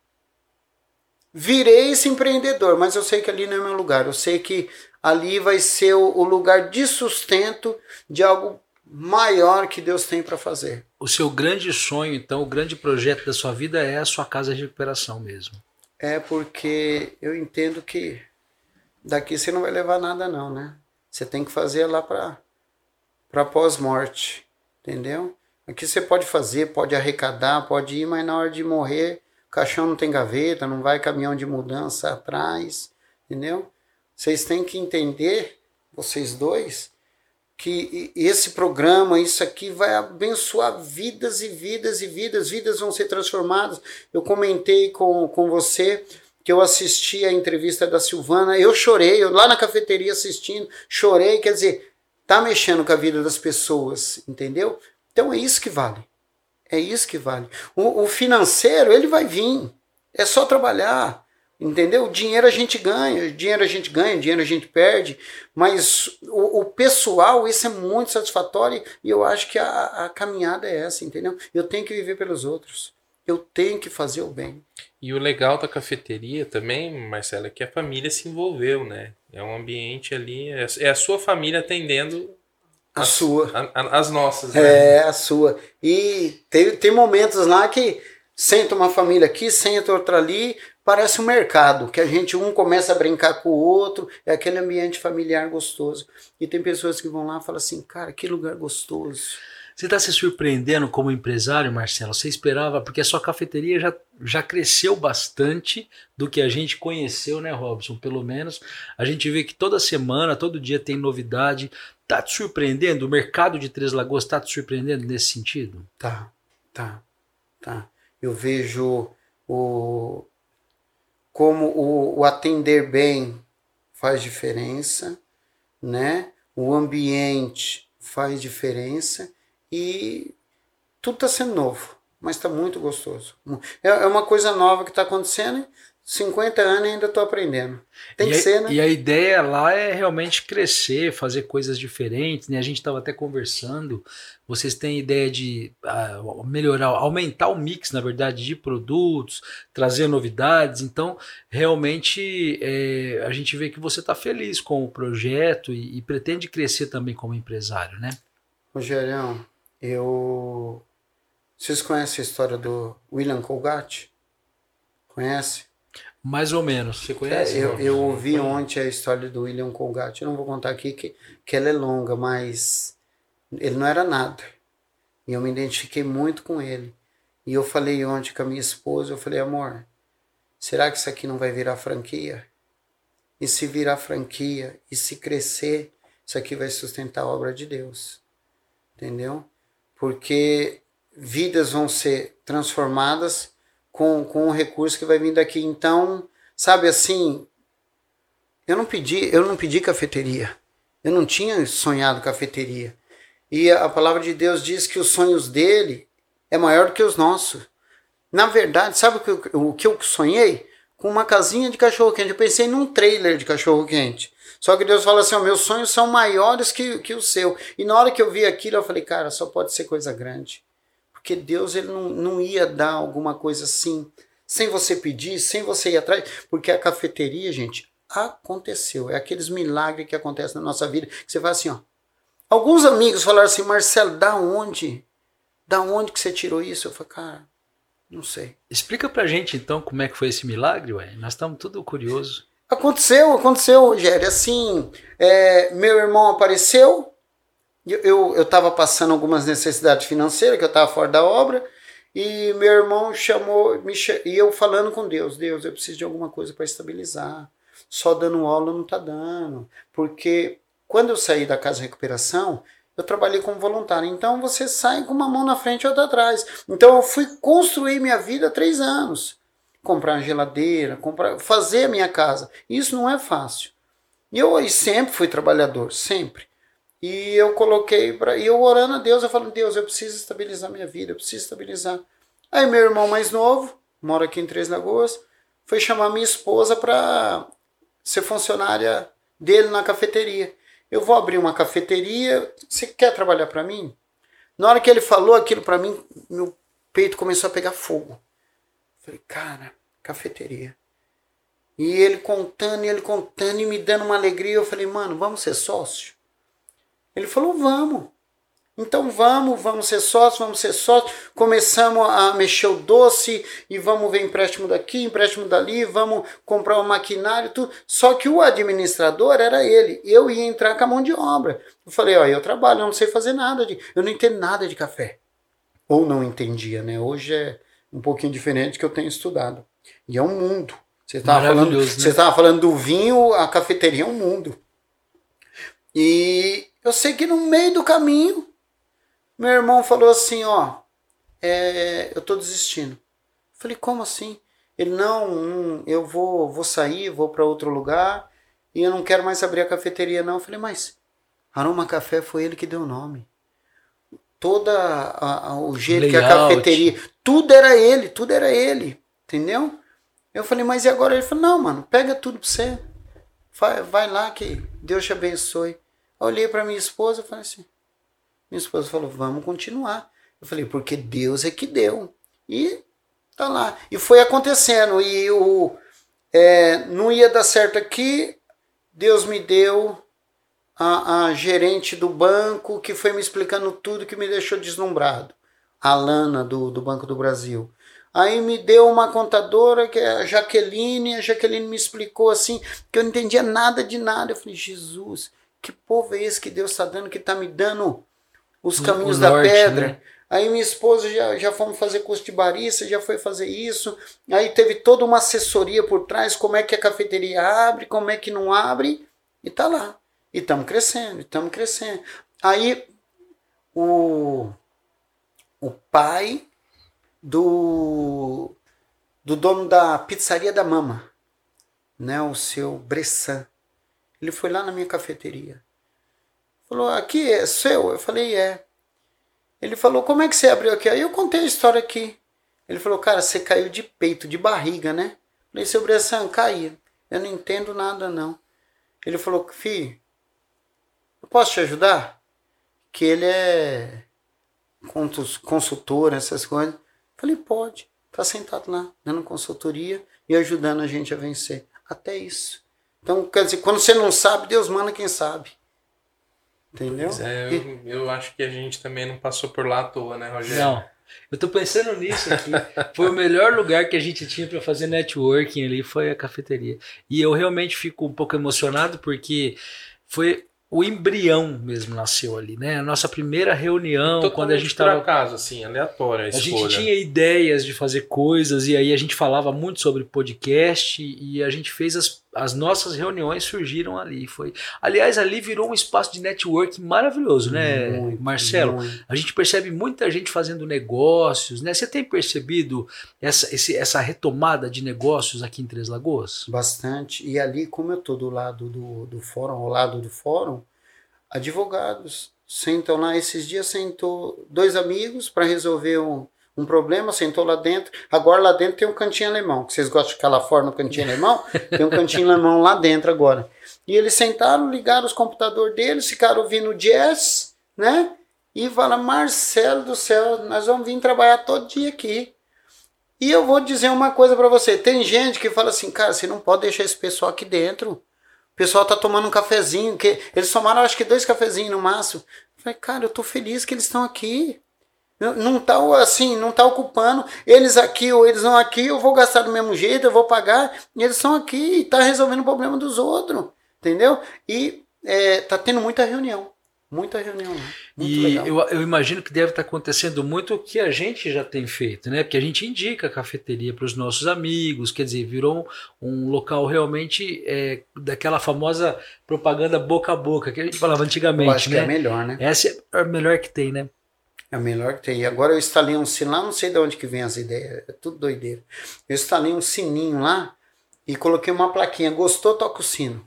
virei esse empreendedor, mas eu sei que ali não é meu lugar. Eu sei que ali vai ser o, o lugar de sustento de algo maior que Deus tem para fazer. O seu grande sonho, então, o grande projeto da sua vida é a sua casa de recuperação mesmo. É porque eu entendo que daqui você não vai levar nada não, né? Você tem que fazer lá para para pós-morte, entendeu? Aqui você pode fazer, pode arrecadar, pode ir, mas na hora de morrer, o caixão não tem gaveta, não vai caminhão de mudança atrás, entendeu? Vocês têm que entender, vocês dois, que esse programa, isso aqui vai abençoar vidas e vidas e vidas, vidas vão ser transformadas. Eu comentei com, com você que eu assisti a entrevista da Silvana, eu chorei, eu lá na cafeteria assistindo, chorei, quer dizer, tá mexendo com a vida das pessoas, entendeu? Então é isso que vale, é isso que vale. O, o financeiro, ele vai vir, é só trabalhar, entendeu? Dinheiro a gente ganha, dinheiro a gente ganha, dinheiro a gente perde, mas o, o pessoal, isso é muito satisfatório e eu acho que a, a caminhada é essa, entendeu? Eu tenho que viver pelos outros, eu tenho que fazer o bem. E o legal da cafeteria também, Marcelo, é que a família se envolveu, né? É um ambiente ali, é a sua família atendendo a as, sua. A, a, as nossas, né? É, a sua. E tem, tem momentos lá que senta uma família aqui, senta outra ali, parece um mercado, que a gente um começa a brincar com o outro, é aquele ambiente familiar gostoso. E tem pessoas que vão lá e falam assim, cara, que lugar gostoso. Você está se surpreendendo como empresário, Marcelo? Você esperava, porque a sua cafeteria já, já cresceu bastante do que a gente conheceu, né, Robson? Pelo menos a gente vê que toda semana, todo dia tem novidade. Tá te surpreendendo? O mercado de Três Lagoas está te surpreendendo nesse sentido? Tá, tá, tá. Eu vejo o, como o, o atender bem faz diferença, né? O ambiente faz diferença. E tudo está sendo novo, mas está muito gostoso. É, é uma coisa nova que está acontecendo, cinquenta anos e ainda estou aprendendo. Tem e que a, ser, né? E a ideia lá é realmente crescer, fazer coisas diferentes, né? A gente estava até conversando, vocês têm ideia de uh, melhorar, aumentar o mix, na verdade, de produtos, trazer novidades. Então, realmente, é, a gente vê que você está feliz com o projeto e, e pretende crescer também como empresário, né? Rogerião, eu... Vocês conhecem a história do William Colgate? Conhece? Mais ou menos. Você conhece? É, eu, eu ouvi ontem a história do William Colgate. Eu não vou contar aqui que, que ela é longa, mas ele não era nada. E eu me identifiquei muito com ele. E eu falei ontem com a minha esposa, eu falei, amor, será que isso aqui não vai virar franquia? E se virar franquia, e se crescer, isso aqui vai sustentar a obra de Deus. Entendeu? Porque vidas vão ser transformadas com, com o recurso que vai vir daqui. Então, sabe assim, eu não pedi, eu não pedi cafeteria. Eu não tinha sonhado cafeteria. E a palavra de Deus diz que os sonhos dele é maior do que os nossos. Na verdade, sabe o que, o que eu sonhei? Com uma casinha de cachorro-quente. Eu pensei num trailer de cachorro-quente. Só que Deus fala assim, ó, meus sonhos são maiores que, que o seu. E na hora que eu vi aquilo, eu falei, cara, só pode ser coisa grande. Porque Deus ele não, não ia dar alguma coisa assim, sem você pedir, sem você ir atrás. Porque a cafeteria, gente, aconteceu. É aqueles milagres que acontecem na nossa vida. Que você fala assim, ó. Alguns amigos falaram assim, Marcelo, da onde? Da onde que você tirou isso? Eu falei, cara, não sei. Explica pra gente então como é que foi esse milagre, ué. Nós estamos tudo curiosos. Aconteceu, aconteceu, Rogério. Assim, é, meu irmão apareceu, eu estava passando algumas necessidades financeiras, que eu estava fora da obra, e meu irmão chamou, me ch... e eu falando com Deus, Deus, eu preciso de alguma coisa para estabilizar. Só dando aula não está dando. Porque quando eu saí da casa de recuperação, eu trabalhei como voluntário. Então você sai com uma mão na frente e outra atrás. Então eu fui construir minha vida há três anos. Comprar uma geladeira, comprar, fazer a minha casa. Isso não é fácil. E eu sempre fui trabalhador, sempre. E eu coloquei, pra, e eu orando a Deus, eu falo, Deus, eu preciso estabilizar minha vida, eu preciso estabilizar. Aí meu irmão mais novo, mora aqui em Três Lagoas, foi chamar minha esposa para ser funcionária dele na cafeteria. Eu vou abrir uma cafeteria, você quer trabalhar para mim? Na hora que ele falou aquilo para mim, meu peito começou a pegar fogo. Falei, cara, cafeteria. E ele contando, e ele contando, e me dando uma alegria. Eu falei, mano, vamos ser sócio? Ele falou, vamos. Então vamos, vamos ser sócios, vamos ser sócios. Começamos a mexer o doce e vamos ver empréstimo daqui, empréstimo dali, vamos comprar o maquinário, tudo. Só que o administrador era ele. Eu ia entrar com a mão de obra. Eu falei, ó, eu trabalho, eu não sei fazer nada, de, eu não entendo nada de café. Ou não entendia, né? Hoje é um pouquinho diferente que eu tenho estudado. E é um mundo. Você estava falando, né? Você estava falando do vinho, a cafeteria é um mundo. E eu sei que no meio do caminho, meu irmão falou assim, ó, é, eu tô desistindo. Eu falei, como assim? Ele, não, hum, eu vou, vou sair, vou para outro lugar e eu não quero mais abrir a cafeteria não. Eu falei, mas Aroma Café foi ele que deu o nome. Toda a, a, o jeito Layout. Que a cafeteria, tudo era ele, tudo era ele, entendeu? Eu falei, mas e agora? Ele falou, não, mano, pega tudo pra você, vai, vai lá que Deus te abençoe. Eu olhei pra minha esposa e falei assim, minha esposa falou, vamos continuar. Eu falei, porque Deus é que deu. E tá lá. E foi acontecendo. E o, é, não ia dar certo aqui. Deus me deu a, a gerente do banco que foi me explicando tudo que me deixou deslumbrado. A Lana do, do Banco do Brasil. Aí me deu uma contadora, que é a Jaqueline. A Jaqueline me explicou assim, que eu não entendia nada de nada. Eu falei, Jesus, que povo é esse que Deus está dando, que está me dando os caminhos o da norte, pedra. Né? Aí minha esposa já, já fomos fazer curso de barista, já foi fazer isso. Aí teve toda uma assessoria por trás, como é que a cafeteria abre, como é que não abre. E tá lá. E estamos crescendo, estamos crescendo. Aí o, o pai do, do dono da pizzaria da Mama, né, o seu Bressan, ele foi lá na minha cafeteria. Falou, aqui é seu? Eu falei, é. Ele falou, como é que você abriu aqui? Aí eu contei a história aqui. Ele falou, cara, você caiu de peito, de barriga, né? Eu falei, seu Bressan, caí. Eu não entendo nada, não. Ele falou, filho, eu posso te ajudar? Que ele é consultor, essas coisas. Eu falei, pode. Tá sentado lá, dando consultoria e ajudando a gente a vencer. Até isso. Então, quer dizer, quando você não sabe, Deus manda quem sabe. Entendeu? Pois é, eu, eu acho que a gente também não passou por lá à toa, né, Rogério? Não. Eu tô pensando nisso aqui. Foi o melhor lugar que a gente tinha para fazer networking ali, foi a cafeteria. E eu realmente fico um pouco emocionado porque foi o embrião mesmo nasceu ali, né? A nossa primeira reunião, totalmente quando a gente estava... por acaso, assim, aleatória a escolha. A gente tinha ideias de fazer coisas e aí a gente falava muito sobre podcast e a gente fez as, as nossas reuniões surgiram ali. Foi, aliás, ali virou um espaço de network maravilhoso, né, muito, Marcelo? Muito. A gente percebe muita gente fazendo negócios, né? Você tem percebido essa, esse, essa retomada de negócios aqui em Três Lagoas? Bastante. E ali, como eu estou do lado do, do fórum, ao lado do fórum, advogados sentam lá. Esses dias sentou dois amigos para resolver um, um problema, sentou lá dentro. Agora lá dentro tem um cantinho alemão, que vocês gostam de ficar lá fora no cantinho alemão, tem um cantinho alemão lá dentro agora. E eles sentaram, ligaram os computadores deles, ficaram ouvindo jazz, né? E falaram, Marcelo do céu, nós vamos vir trabalhar todo dia aqui. E eu vou dizer uma coisa para você, tem gente que fala assim, cara, você não pode deixar esse pessoal aqui dentro. O pessoal tá tomando um cafezinho, que eles tomaram acho que dois cafezinhos no máximo. Eu falei, cara, eu tô feliz que eles estão aqui. Não tá assim, não tá ocupando. Eles aqui ou eles não aqui, eu vou gastar do mesmo jeito, eu vou pagar. E eles estão aqui e tá resolvendo o problema dos outros. Entendeu? E é, tá tendo muita reunião. Muita reunião lá. Muito e legal. Eu, eu imagino que deve estar acontecendo muito o que a gente já tem feito, né? Porque a gente indica a cafeteria para os nossos amigos, quer dizer, virou um, um local realmente é, daquela famosa propaganda boca a boca que a gente falava antigamente. Eu acho né? que é a melhor, né? Essa é a melhor que tem, né? É a melhor que tem. E agora eu instalei um sino lá, não sei de onde que vem as ideias, é tudo doideira. Eu instalei um sininho lá e coloquei uma plaquinha, gostou, toca o sino.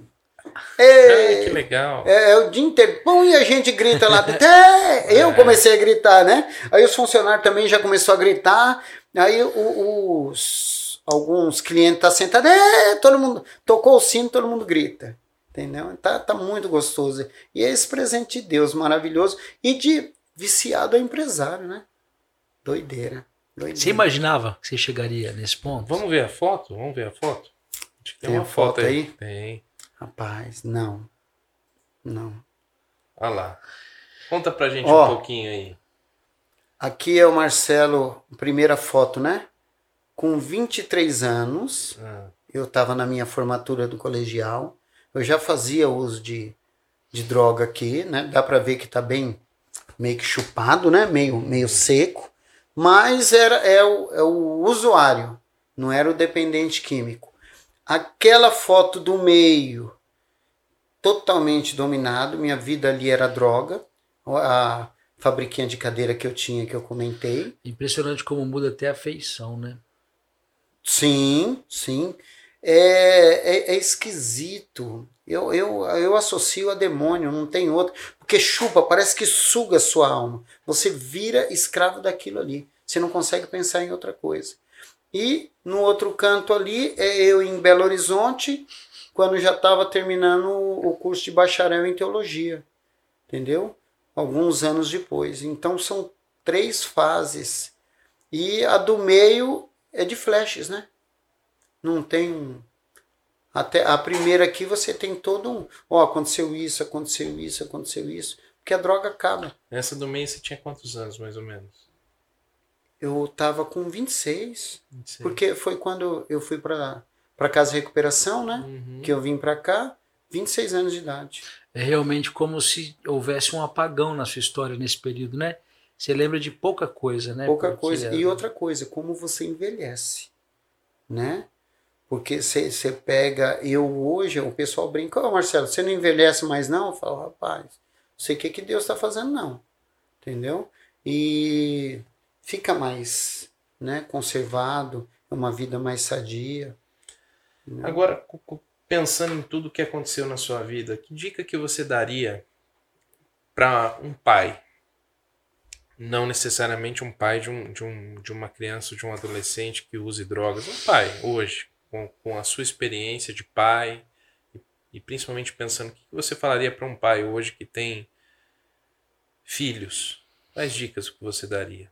É, que legal. É, é o dia inteiro. Bom, e a gente grita lá. É, eu comecei a gritar, né? Aí os funcionários também já começaram a gritar. Aí o, os, alguns clientes estão tá sentados. É, todo mundo tocou o sino, todo mundo grita. Entendeu? Tá, tá muito gostoso. E é esse presente de Deus maravilhoso. E de viciado a empresário, né? Doideira. Doideira. Você imaginava que você chegaria nesse ponto? Vamos ver a foto? Vamos ver a foto? Acho que tem, tem uma foto, foto aí. aí. Tem. Rapaz, não. Não. Olha lá. Conta pra gente Ó, um pouquinho aí. Aqui é o Marcelo, primeira foto, né? Com vinte e três anos, ah. eu estava na minha formatura do colegial. Eu já fazia uso de, de droga aqui, né? Dá pra ver que tá bem, meio que chupado, né? Meio, meio seco. Mas era, é, o, é o usuário, não era o dependente químico. Aquela foto do meio, totalmente dominado, minha vida ali era droga. A fabriquinha de cadeira que eu tinha, que eu comentei. Impressionante como muda até a feição, né? Sim, sim. É, é, é esquisito. Eu, eu, eu associo a demônio, não tem outro. Porque chupa, parece que suga a sua alma. Você vira escravo daquilo ali. Você não consegue pensar em outra coisa. E no outro canto ali, é eu em Belo Horizonte, quando já estava terminando o curso de bacharel em teologia. Entendeu? Alguns anos depois. Então são três fases. E a do meio é de flashes, né? Não tem um... Até a primeira aqui você tem todo um... Ó, oh, aconteceu isso, aconteceu isso, aconteceu isso. Porque a droga acaba. Nessa do meio você tinha quantos anos, mais ou menos? Eu tava com vinte e seis. vinte e seis. Porque foi quando eu fui para para casa de recuperação, né? Uhum. Que eu vim para cá. vinte e seis anos de idade. É realmente como se houvesse um apagão na sua história nesse período, né? Você lembra de pouca coisa, né? Pouca Porque coisa. E outra coisa, como você envelhece, né? Porque você pega... Eu hoje, o pessoal brinca, ô oh, Marcelo, você não envelhece mais não? Eu falo, rapaz, não sei o que, que Deus está fazendo não. Entendeu? E fica mais, né, conservado, é uma vida mais sadia. Né? Agora, pensando em tudo que aconteceu na sua vida, que dica que você daria para um pai? Não necessariamente um pai de, um, de, um, de uma criança ou de um adolescente que use drogas. Um pai, hoje, com, com a sua experiência de pai, e, e principalmente pensando, o que você falaria para um pai hoje que tem filhos? Quais dicas que você daria?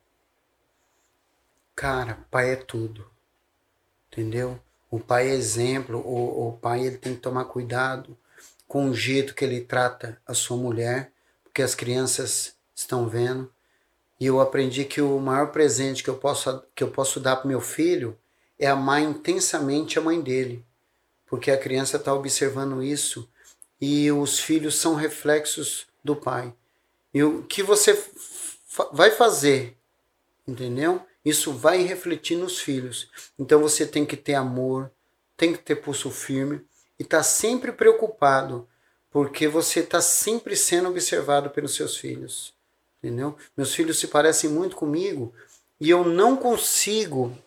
Cara, pai é tudo. Entendeu? O pai é exemplo. O, o pai ele tem que tomar cuidado com o jeito que ele trata a sua mulher, porque as crianças estão vendo. E eu aprendi que o maior presente que eu posso, que eu posso dar para meu filho é amar intensamente a mãe dele. Porque a criança está observando isso e os filhos são reflexos do pai. E o que você fa- vai fazer, entendeu? Isso vai refletir nos filhos. Então você tem que ter amor, tem que ter pulso firme e estar tá sempre preocupado, porque você está sempre sendo observado pelos seus filhos. Entendeu? Meus filhos se parecem muito comigo e eu não consigo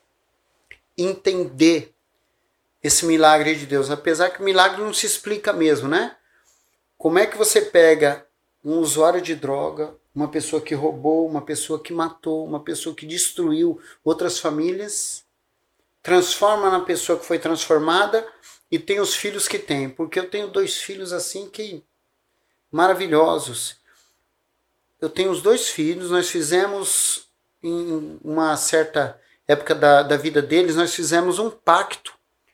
entender esse milagre de Deus, apesar que o milagre não se explica mesmo, né? Como é que você pega um usuário de droga, uma pessoa que roubou, uma pessoa que matou, uma pessoa que destruiu outras famílias, transforma na pessoa que foi transformada e tem os filhos que tem? Porque eu tenho dois filhos assim que maravilhosos. Eu tenho os dois filhos, nós fizemos, em uma certa época da, da vida deles, nós fizemos um pacto,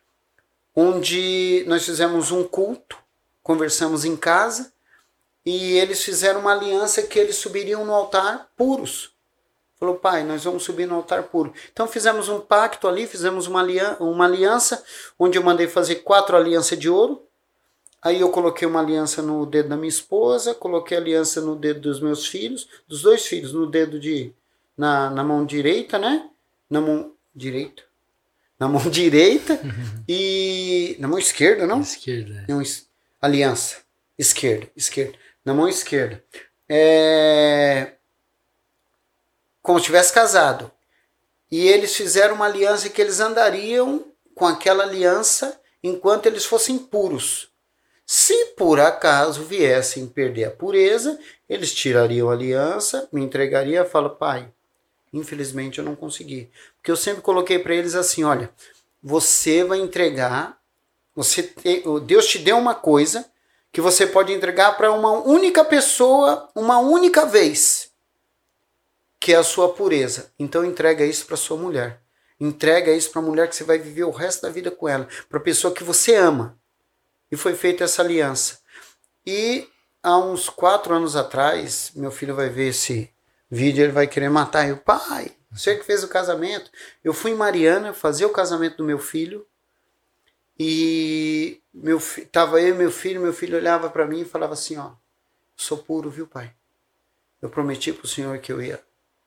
onde nós fizemos um culto, conversamos em casa, e eles fizeram uma aliança que eles subiriam no altar puros. Falou, pai, nós vamos subir no altar puro. Então fizemos um pacto ali, fizemos uma aliança, uma aliança onde eu mandei fazer quatro alianças de ouro. Aí eu coloquei uma aliança no dedo da minha esposa, coloquei aliança no dedo dos meus filhos, dos dois filhos, no dedo de... Na, na mão direita, né? Na mão direita. Na mão direita e... Na mão esquerda, não? Esquerda. Não, es... Aliança. Esquerda, esquerda. Na mão esquerda. É... Como se tivesse casado. E eles fizeram uma aliança que eles andariam com aquela aliança enquanto eles fossem puros. Se por acaso viessem perder a pureza, eles tirariam a aliança, me entregariam e falam, pai, infelizmente eu não consegui. Porque eu sempre coloquei para eles assim, olha, você vai entregar, você te, Deus te deu uma coisa que você pode entregar para uma única pessoa, uma única vez, que é a sua pureza. Então entrega isso para sua mulher. Entrega isso para a mulher que você vai viver o resto da vida com ela, para a pessoa que você ama. E foi feita essa aliança. E há uns quatro anos atrás, meu filho vai ver esse vídeo, ele vai querer matar. Eu, pai, você que fez o casamento. Eu fui em Mariana fazer o casamento do meu filho. E meu fi, tava eu e meu filho, meu filho olhava para mim e falava assim, ó, sou puro, viu, pai? Eu prometi pro senhor que eu ia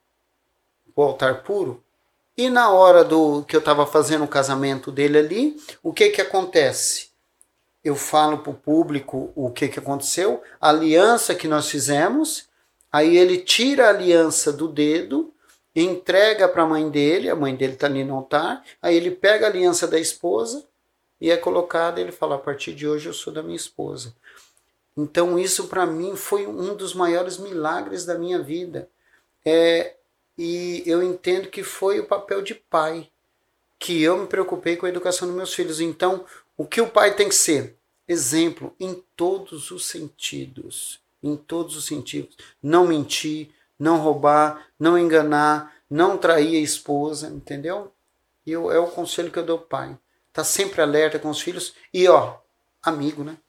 o altar puro. E na hora do que eu estava fazendo o casamento dele ali, o que que acontece? Eu falo pro público o que que aconteceu, a aliança que nós fizemos, aí ele tira a aliança do dedo, entrega para a mãe dele, a mãe dele está ali no altar, aí ele pega a aliança da esposa, e é colocado, ele fala, a partir de hoje eu sou da minha esposa. Então isso para mim foi um dos maiores milagres da minha vida. É, e eu entendo que foi o papel de pai, que eu me preocupei com a educação dos meus filhos. Então, o que o pai tem que ser? Exemplo em todos os sentidos. Em todos os sentidos. Não mentir, não roubar, não enganar, não trair a esposa, entendeu? E eu, é o conselho que eu dou ao pai. Tá sempre alerta com os filhos e, ó, amigo, né?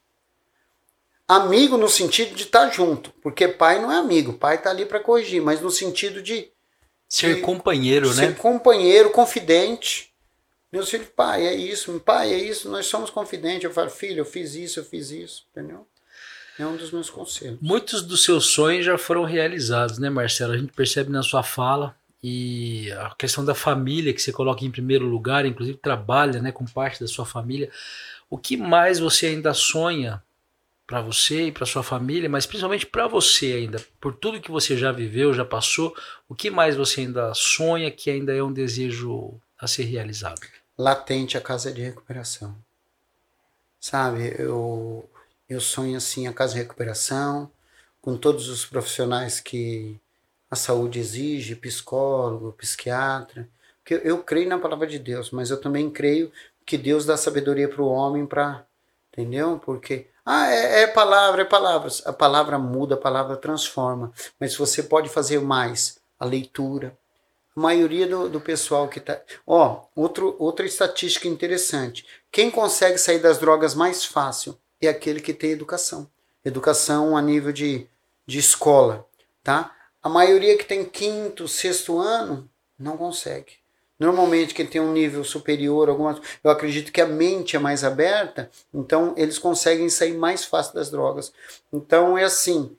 Amigo no sentido de estar junto, porque pai não é amigo, pai tá ali para corrigir, mas no sentido de ser de, companheiro, ser né? Ser companheiro, confidente. Meus filhos, pai, é isso, pai, é isso, nós somos confidentes. Eu falo, filho, eu fiz isso, eu fiz isso, entendeu? É um dos meus conselhos. Muitos dos seus sonhos já foram realizados, né, Marcelo? A gente percebe na sua fala. E a questão da família que você coloca em primeiro lugar, inclusive trabalha, né, com parte da sua família. O que mais você ainda sonha para você e para sua família, mas principalmente para você ainda, por tudo que você já viveu, já passou, o que mais você ainda sonha que ainda é um desejo a ser realizado? Latente a casa de recuperação. Sabe, eu, eu sonho assim a casa de recuperação, com todos os profissionais que a saúde exige, psicólogo, psiquiatra, porque eu, eu creio na palavra de Deus, mas eu também creio que Deus dá sabedoria para o homem para, entendeu? Porque, ah, é, é palavra, é palavra, a palavra muda, a palavra transforma, mas você pode fazer mais, a leitura. A maioria do, do pessoal que está... Ó, outro, outra estatística interessante, quem consegue sair das drogas mais fácil é aquele que tem educação, educação a nível de, de escola, tá? A maioria que tem quinto, sexto ano, não consegue. Normalmente quem tem um nível superior, alguma, eu acredito que a mente é mais aberta, então eles conseguem sair mais fácil das drogas. Então é assim,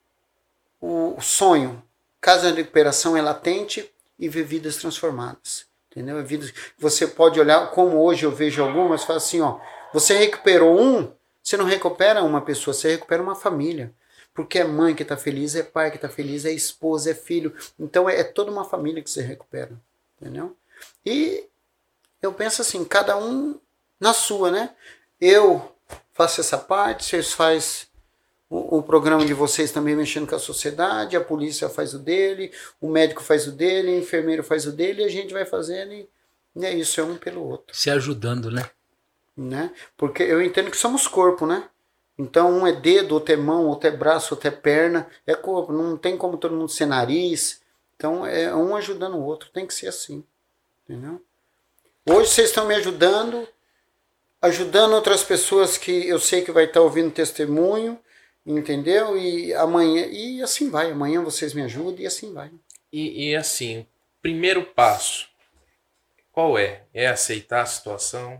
o sonho, casa de recuperação é latente e ver vidas transformadas. Entendeu? Vidas, você pode olhar, como hoje eu vejo algumas, fala assim, ó, você recuperou um, você não recupera uma pessoa, você recupera uma família. Porque é mãe que está feliz, é pai que está feliz, é esposa, é filho. Então é, é toda uma família que se recupera. Entendeu? E eu penso assim, cada um na sua, né? Eu faço essa parte, vocês fazem o, o programa de vocês também mexendo com a sociedade, a polícia faz o dele, o médico faz o dele, o enfermeiro faz o dele, e a gente vai fazendo e, e é isso, é um pelo outro. Se ajudando, né? né? Porque eu entendo que somos corpo, né? Então um é dedo, outro é mão, outro é braço, outro é perna, é corpo, não tem como todo mundo ser nariz. Então é um ajudando o outro, tem que ser assim, entendeu? Hoje vocês estão me ajudando, ajudando outras pessoas que eu sei que vai estar ouvindo testemunho, entendeu? E amanhã, e assim vai, amanhã vocês me ajudam e assim vai. E, e assim, primeiro passo, qual é? É aceitar a situação?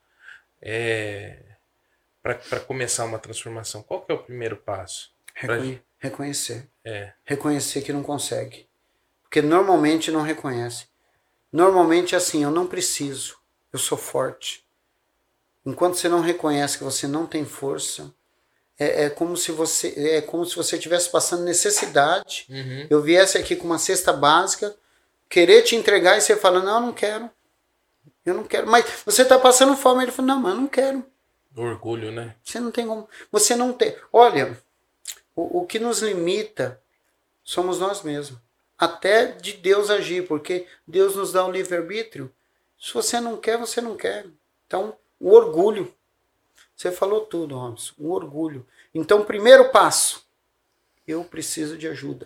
É... Para começar uma transformação, qual que é o primeiro passo? Reconhe pra... Reconhecer. É. Reconhecer que não consegue. Porque normalmente não reconhece. Normalmente é assim, eu não preciso, eu sou forte. Enquanto você não reconhece que você não tem força, é, é como se você é como se você estivesse passando necessidade. Uhum. Eu viesse aqui com uma cesta básica, querer te entregar e você fala, não, eu não quero. Eu não quero. Mas você está passando fome. Ele fala, não, mas eu não quero. Orgulho, né? Você não tem como. Você não tem. Olha, o, o que nos limita somos nós mesmos. Até de Deus agir, porque Deus nos dá o livre-arbítrio. Se você não quer, você não quer. Então, o orgulho. Você falou tudo, Robson. O orgulho. Então, primeiro passo. Eu preciso de ajuda.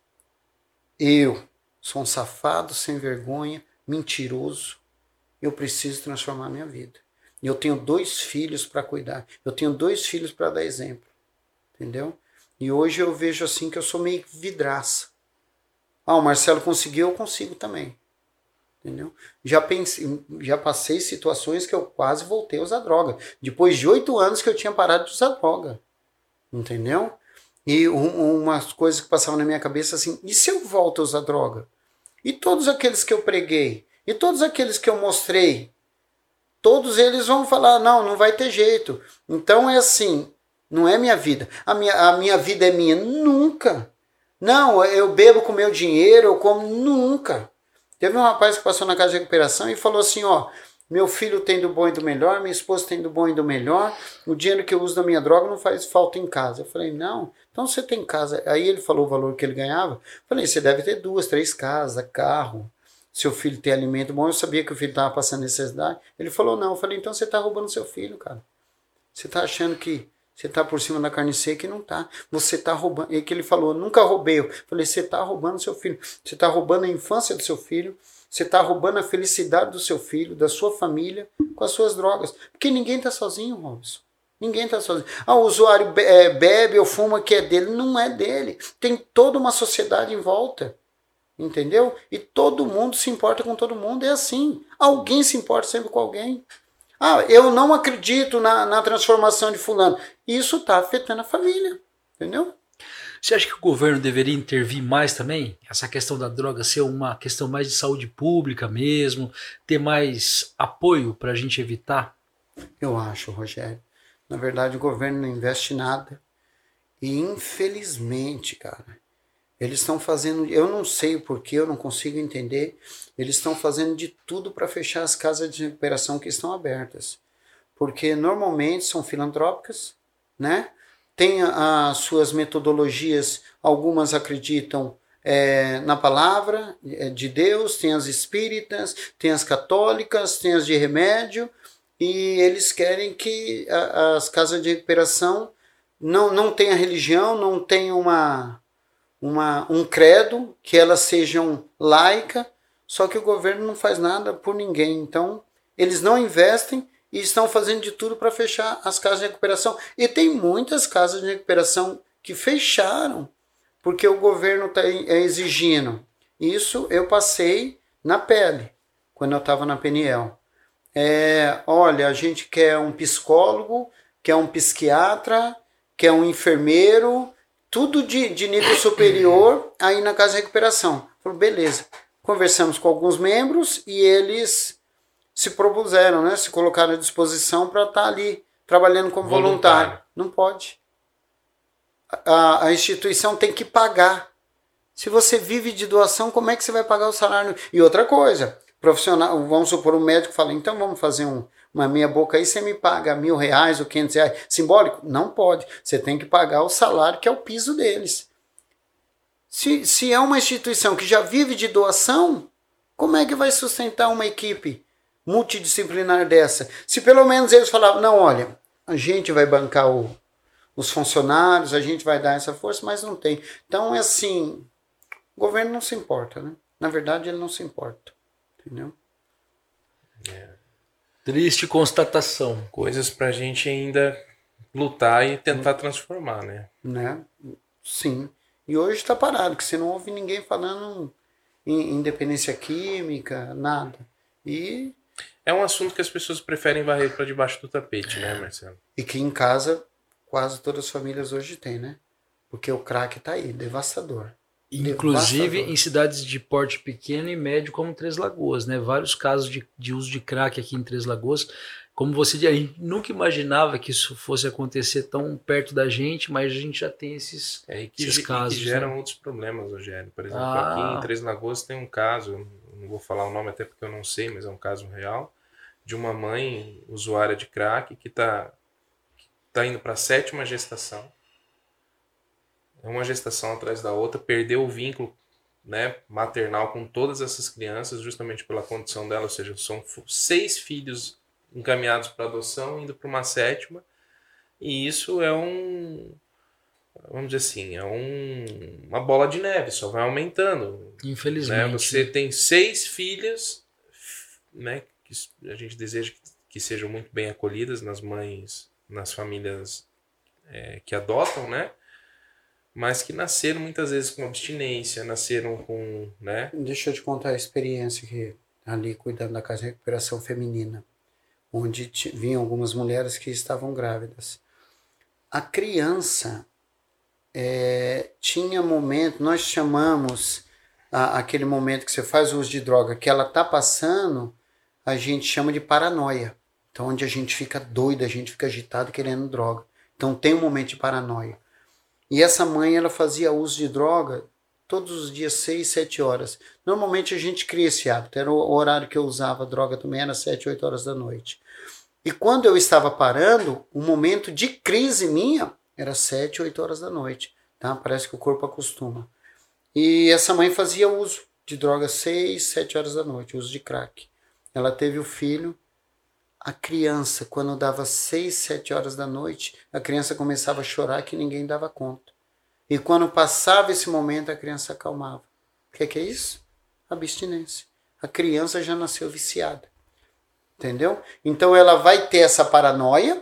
Eu sou um safado, sem vergonha, mentiroso. Eu preciso transformar minha vida. Eu tenho dois filhos para cuidar. Eu tenho dois filhos para dar exemplo. Entendeu? E hoje eu vejo assim que eu sou meio vidraça. Ah, o Marcelo conseguiu, eu consigo também. Entendeu? Já, pensei, já passei situações que eu quase voltei a usar droga. Depois de oito anos que eu tinha parado de usar droga. Entendeu? E um, umas coisas que passavam na minha cabeça assim, e se eu volto a usar droga? E todos aqueles que eu preguei? E todos aqueles que eu mostrei? Todos eles vão falar, não, não vai ter jeito. Então é assim, não é minha vida. A minha, a minha vida é minha. Nunca. Não, eu bebo com meu dinheiro, eu como. Nunca. Teve um rapaz que passou na casa de recuperação e falou assim, ó, meu filho tem do bom e do melhor, minha esposa tem do bom e do melhor, o dinheiro que eu uso da minha droga não faz falta em casa. Eu falei, não, então você tem casa. Aí ele falou o valor que ele ganhava. Eu falei, você deve ter duas, três casas, carro, seu filho tem alimento bom. Eu sabia que o filho estava passando necessidade. Ele falou, não. Eu falei, então você está roubando seu filho, cara. Você está achando que você está por cima da carne seca e não está. Você está roubando. E que ele falou, nunca roubei. Eu falei, você está roubando seu filho. Você está roubando a infância do seu filho. Você está roubando a felicidade do seu filho, da sua família, com as suas drogas. Porque ninguém está sozinho, Robson. Ninguém está sozinho. Ah, o usuário bebe ou fuma que é dele. Não é dele. Tem toda uma sociedade em volta. Entendeu? E todo mundo se importa com todo mundo. É assim. Alguém se importa sempre com alguém. Ah, eu não acredito na, na transformação de fulano. Isso está afetando a família. Entendeu? Você acha que o governo deveria intervir mais também? Essa questão da droga ser uma questão mais de saúde pública mesmo? Ter mais apoio para a gente evitar? Eu acho, Rogério. Na verdade, o governo não investe nada. E infelizmente, cara, eles estão fazendo... Eu não sei o porquê, eu não consigo entender. Eles estão fazendo de tudo para fechar as casas de recuperação que estão abertas. Porque normalmente são filantrópicas, né? Tem as suas metodologias, algumas acreditam é, na palavra de Deus, tem as espíritas, tem as católicas, tem as de remédio, e eles querem que a, as casas de recuperação não, não tenham religião, não tenham uma, uma, um credo, que elas sejam laicas, só que o governo não faz nada por ninguém. Então, eles não investem e estão fazendo de tudo para fechar as casas de recuperação. E tem muitas casas de recuperação que fecharam, porque o governo está exigindo. Isso eu passei na pele, quando eu estava na Peniel. É, olha, a gente quer um psicólogo, quer um psiquiatra, quer um enfermeiro, tudo de, de nível superior aí na casa de recuperação. Falei, beleza. Conversamos com alguns membros e eles se propuseram, né, se colocaram à disposição para estar ali trabalhando como voluntário. voluntário. Não pode. A, a instituição tem que pagar. Se você vive de doação, como é que você vai pagar o salário? E outra coisa, profissional, vamos supor, um médico fala, então vamos fazer um, uma meia boca aí, você me paga mil reais ou quinhentos reais. Simbólico? Não pode. Você tem que pagar o salário, que é o piso deles. Se, se é uma instituição que já vive de doação, como é que vai sustentar uma equipe multidisciplinar dessa? Se pelo menos eles falavam, não, olha, a gente vai bancar o, os funcionários, a gente vai dar essa força, mas não tem. Então é assim, o governo não se importa, né? Na verdade ele não se importa, entendeu? É. Triste constatação. Coisas pra gente ainda lutar e tentar transformar, né? Né? Sim. E hoje está parado, que você não ouve ninguém falando em independência química, nada. E é um assunto que as pessoas preferem varrer para debaixo do tapete, né, Marcelo? E que em casa quase todas as famílias hoje têm, né? Porque o crack tá aí, devastador. Inclusive devastador. Em cidades de porte pequeno e médio como Três Lagoas, né? Vários casos de, de uso de crack aqui em Três Lagoas. Como você disse, a gente nunca imaginava que isso fosse acontecer tão perto da gente, mas a gente já tem esses, é, e que, esses casos. E que geram né? outros problemas, Rogério. Por exemplo, ah. aqui em Três Lagoas tem um caso, não vou falar o nome até porque eu não sei, mas é um caso real, de uma mãe usuária de crack que está tá indo para a sétima gestação. É uma gestação atrás da outra, perdeu o vínculo, né, maternal com todas essas crianças, justamente pela condição dela, ou seja, são seis filhos encaminhados para adoção, indo para uma sétima, e isso é um, vamos dizer assim, é um, uma bola de neve, só vai aumentando. Infelizmente. Né? Você tem seis filhas, né, que a gente deseja que sejam muito bem acolhidas nas mães, nas famílias é, que adotam, né? mas que nasceram muitas vezes com abstinência, nasceram com, né? Deixa eu te contar a experiência que ali cuidando da casa de recuperação feminina, onde vinham algumas mulheres que estavam grávidas. A criança é, tinha momento, nós chamamos a, aquele momento que você faz o uso de droga, que ela está passando, a gente chama de paranoia. Então, onde a gente fica doido, a gente fica agitado querendo droga. Então, tem um momento de paranoia. E essa mãe, ela fazia uso de droga todos os dias, seis, sete horas. Normalmente a gente cria esse hábito. Era o horário que eu usava droga também, era sete, oito horas da noite. E quando eu estava parando, o momento de crise minha era sete, oito horas da noite. Tá? Parece que o corpo acostuma. E essa mãe fazia uso de droga seis, sete horas da noite, uso de crack. Ela teve o filho. A criança, quando dava seis, sete horas da noite, a criança começava a chorar que ninguém dava conta. E quando passava esse momento, a criança acalmava. O que, que é isso? Abstinência. A criança já nasceu viciada. Entendeu? Então ela vai ter essa paranoia.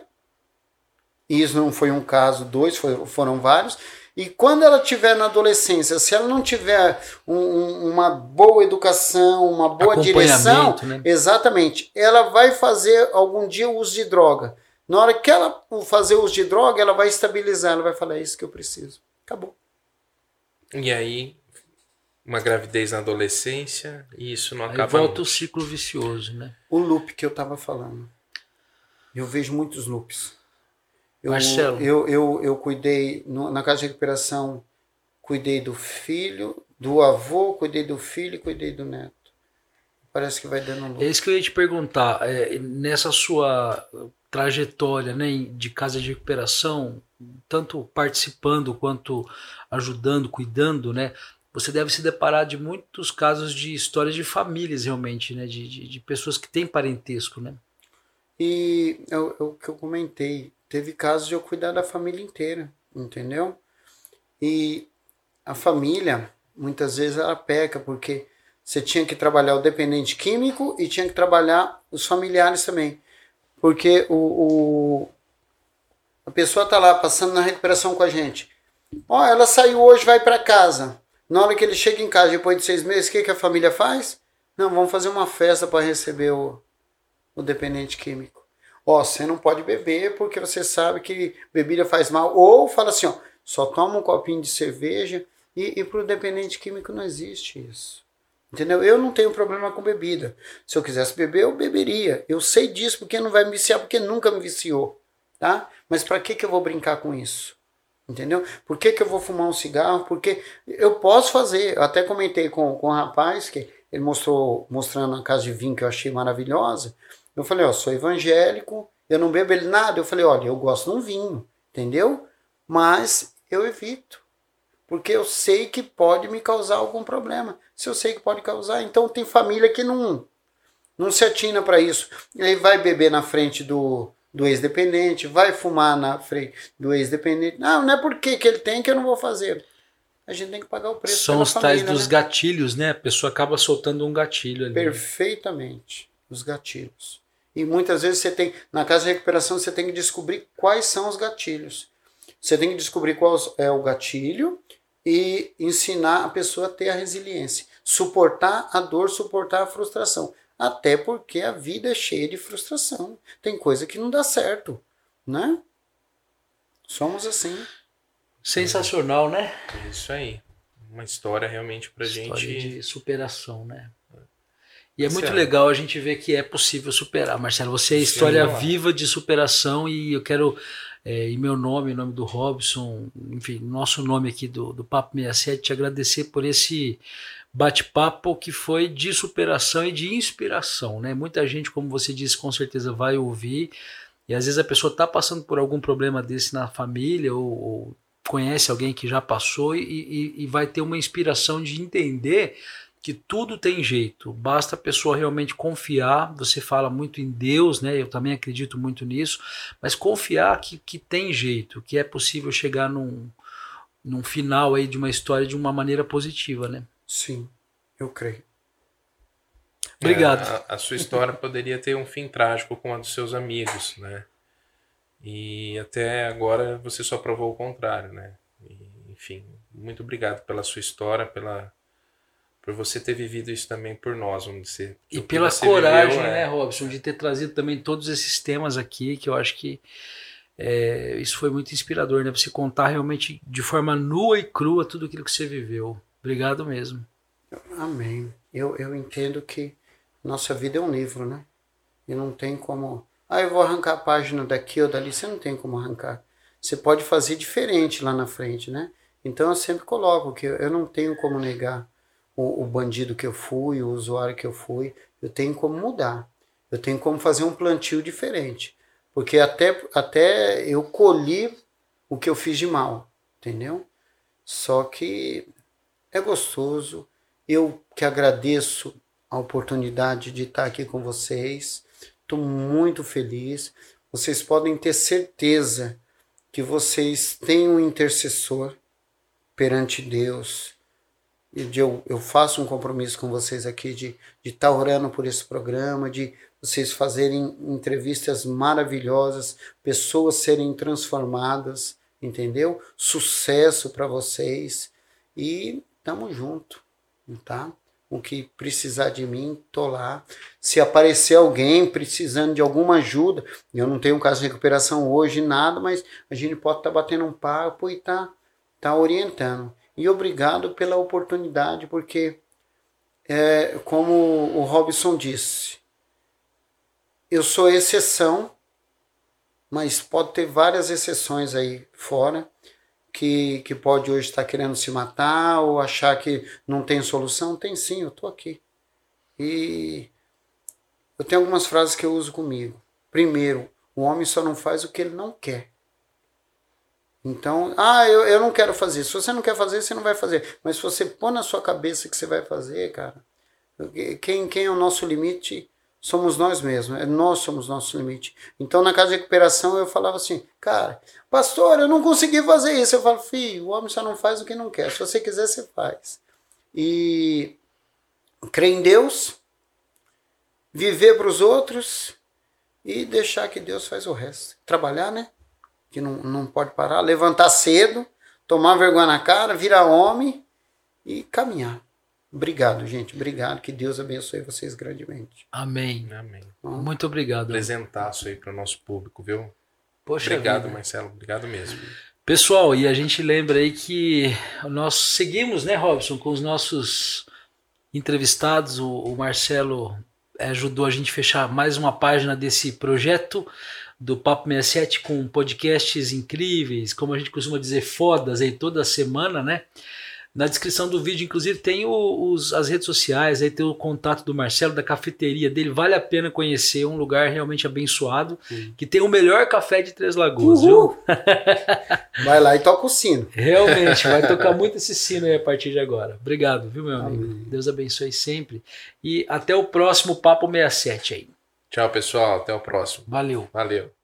E isso não foi um caso, dois, foi, foram vários. E quando ela estiver na adolescência, se ela não tiver um, um, uma boa educação, uma boa direção, né? Exatamente, ela vai fazer algum dia o uso de droga. Na hora que ela fazer o uso de droga, ela vai estabilizar, ela vai falar, é isso que eu preciso. Acabou. E aí, uma gravidez na adolescência, e isso não aí acaba... volta o ciclo vicioso, né? O loop que eu estava falando. Eu vejo muitos loops. Eu, Marcelo. Eu, eu, eu cuidei, no, na casa de recuperação, cuidei do filho, do avô, cuidei do filho e cuidei do neto. Parece que vai dando um loop. É isso que eu ia te perguntar. É, nessa sua trajetória, né, de casa de recuperação, tanto participando quanto ajudando, cuidando, né, você deve se deparar de muitos casos de histórias de famílias realmente, né, de, de, de pessoas que têm parentesco, né? E é o que eu comentei. Teve casos de eu cuidar da família inteira, entendeu? E a família, muitas vezes, ela peca, porque você tinha que trabalhar o dependente químico e tinha que trabalhar os familiares também. Porque o, o, a pessoa está lá passando na recuperação com a gente. Ó, oh, ela saiu hoje, vai para casa. Na hora que ele chega em casa, depois de seis meses, o que, que a família faz? Não, vamos fazer uma festa para receber o, o dependente químico. Ó, você não pode beber porque você sabe que bebida faz mal. Ou fala assim, ó, só toma um copinho de cerveja. E, e para o dependente químico não existe isso. Entendeu? Eu não tenho problema com bebida. Se eu quisesse beber, eu beberia. Eu sei disso porque não vai me viciar, porque nunca me viciou. Tá? Mas para que, que eu vou brincar com isso? Entendeu? Por que, que eu vou fumar um cigarro? Porque eu posso fazer. Eu até comentei com, com um rapaz que ele mostrou mostrando a casa de vinho que eu achei maravilhosa. Eu falei, ó, sou evangélico, eu não bebo ele nada. Eu falei, olha, eu gosto de um vinho, entendeu? Mas eu evito, porque eu sei que pode me causar algum problema. Se eu sei que pode causar, então tem família que não, não se atina para isso. Ele vai beber na frente do, do ex-dependente, vai fumar na frente do ex-dependente. Não, não é porque que ele tem que eu não vou fazer. A gente tem que pagar o preço. São os tais família, dos né? gatilhos, né? A pessoa acaba soltando um gatilho ali. Perfeitamente, os gatilhos. E muitas vezes você tem, na casa de recuperação, você tem que descobrir quais são os gatilhos. Você tem que descobrir qual é o gatilho e ensinar a pessoa a ter a resiliência. Suportar a dor, suportar a frustração. Até porque a vida é cheia de frustração. Tem coisa que não dá certo, né? Somos assim. Sensacional, né? Isso aí. Uma história realmente pra história gente... de superação, né? E é muito legal a gente ver que é possível superar. Marcelo, você é a história viva de superação e eu quero, é, em meu nome, em nome do Robson, enfim, nosso nome aqui do, do Papo sessenta e sete, te agradecer por esse bate-papo que foi de superação e de inspiração, né? Muita gente, como você disse, com certeza vai ouvir e às vezes a pessoa está passando por algum problema desse na família ou, ou conhece alguém que já passou e, e, e vai ter uma inspiração de entender que tudo tem jeito, basta a pessoa realmente confiar. Você fala muito em Deus, né? Eu também acredito muito nisso, mas confiar que, que tem jeito, que é possível chegar num, num final aí de uma história de uma maneira positiva, né? Sim, eu creio. Obrigado. É, a, a sua história poderia ter um fim trágico com a dos seus amigos, né? E até agora você só provou o contrário, né? E enfim, muito obrigado pela sua história, pela, por você ter vivido isso também por nós, vamos dizer. E pela coragem, viveu, né, é... Robson, de ter trazido também todos esses temas aqui, que eu acho que é, isso foi muito inspirador, né? Pra você contar realmente de forma nua e crua tudo aquilo que você viveu. Obrigado mesmo. Amém. Eu, eu entendo que nossa vida é um livro, né? E não tem como... Ah, eu vou arrancar a página daqui ou dali. Você não tem como arrancar. Você pode fazer diferente lá na frente, né? Então eu sempre coloco que eu não tenho como negar o, o bandido que eu fui, o usuário que eu fui. Eu tenho como mudar. Eu tenho como fazer um plantio diferente. Porque até, até eu colhi o que eu fiz de mal, entendeu? Só que é gostoso. Eu que agradeço a oportunidade de estar aqui com vocês. Estou muito feliz. Vocês podem ter certeza que vocês têm um intercessor perante Deus. E de eu, eu faço um compromisso com vocês aqui de estar orando por esse programa, de vocês fazerem entrevistas maravilhosas, pessoas serem transformadas, entendeu? Sucesso para vocês e tamo junto, tá? O que precisar de mim, tô lá. Se aparecer alguém precisando de alguma ajuda, eu não tenho um caso de recuperação hoje, nada, mas a gente pode estar tá batendo um papo e tá, tá orientando. E obrigado pela oportunidade, porque, é, como o Robson disse, eu sou exceção, mas pode ter várias exceções aí fora, que, que pode hoje estar querendo se matar ou achar que não tem solução. Tem sim, eu estou aqui. E eu tenho algumas frases que eu uso comigo. Primeiro, o homem só não faz o que ele não quer. Então, ah, eu, eu não quero fazer. Se você não quer fazer, você não vai fazer. Mas se você pôr na sua cabeça que você vai fazer, cara, quem, quem é o nosso limite somos nós mesmos. É, nós somos nosso limite. Então, na casa de recuperação, eu falava assim, cara, pastor, eu não consegui fazer isso. Eu falo, filho, o homem só não faz o que não quer. Se você quiser, você faz. E crer em Deus, viver para os outros e deixar que Deus faz o resto. Trabalhar, né? Que não, não pode parar. Levantar cedo, tomar vergonha na cara, virar homem e caminhar. Obrigado, gente. Obrigado. Que Deus abençoe vocês grandemente. Amém. Amém. Hum. Muito obrigado. Apresentaço aí para o nosso público, viu? Poxa obrigado, vida. Marcelo. Obrigado mesmo. Pessoal, e a gente lembra aí que nós seguimos, né, Robson, com os nossos entrevistados. O, o Marcelo ajudou a gente a fechar mais uma página desse projeto do Papo sessenta e sete com podcasts incríveis, como a gente costuma dizer, fodas aí toda semana, né? Na descrição do vídeo, inclusive, tem o, os, as redes sociais, aí tem o contato do Marcelo, da cafeteria dele. Vale a pena conhecer, é um lugar realmente abençoado, uhum. que tem o melhor café de Três Lagoas, Uhul. viu? Vai lá e toca o sino. Realmente, vai tocar muito esse sino aí a partir de agora. Obrigado, viu, meu amigo? Amém. Deus abençoe sempre. E até o próximo Papo sessenta e sete aí. Tchau, pessoal. Até o próximo. Valeu. Valeu.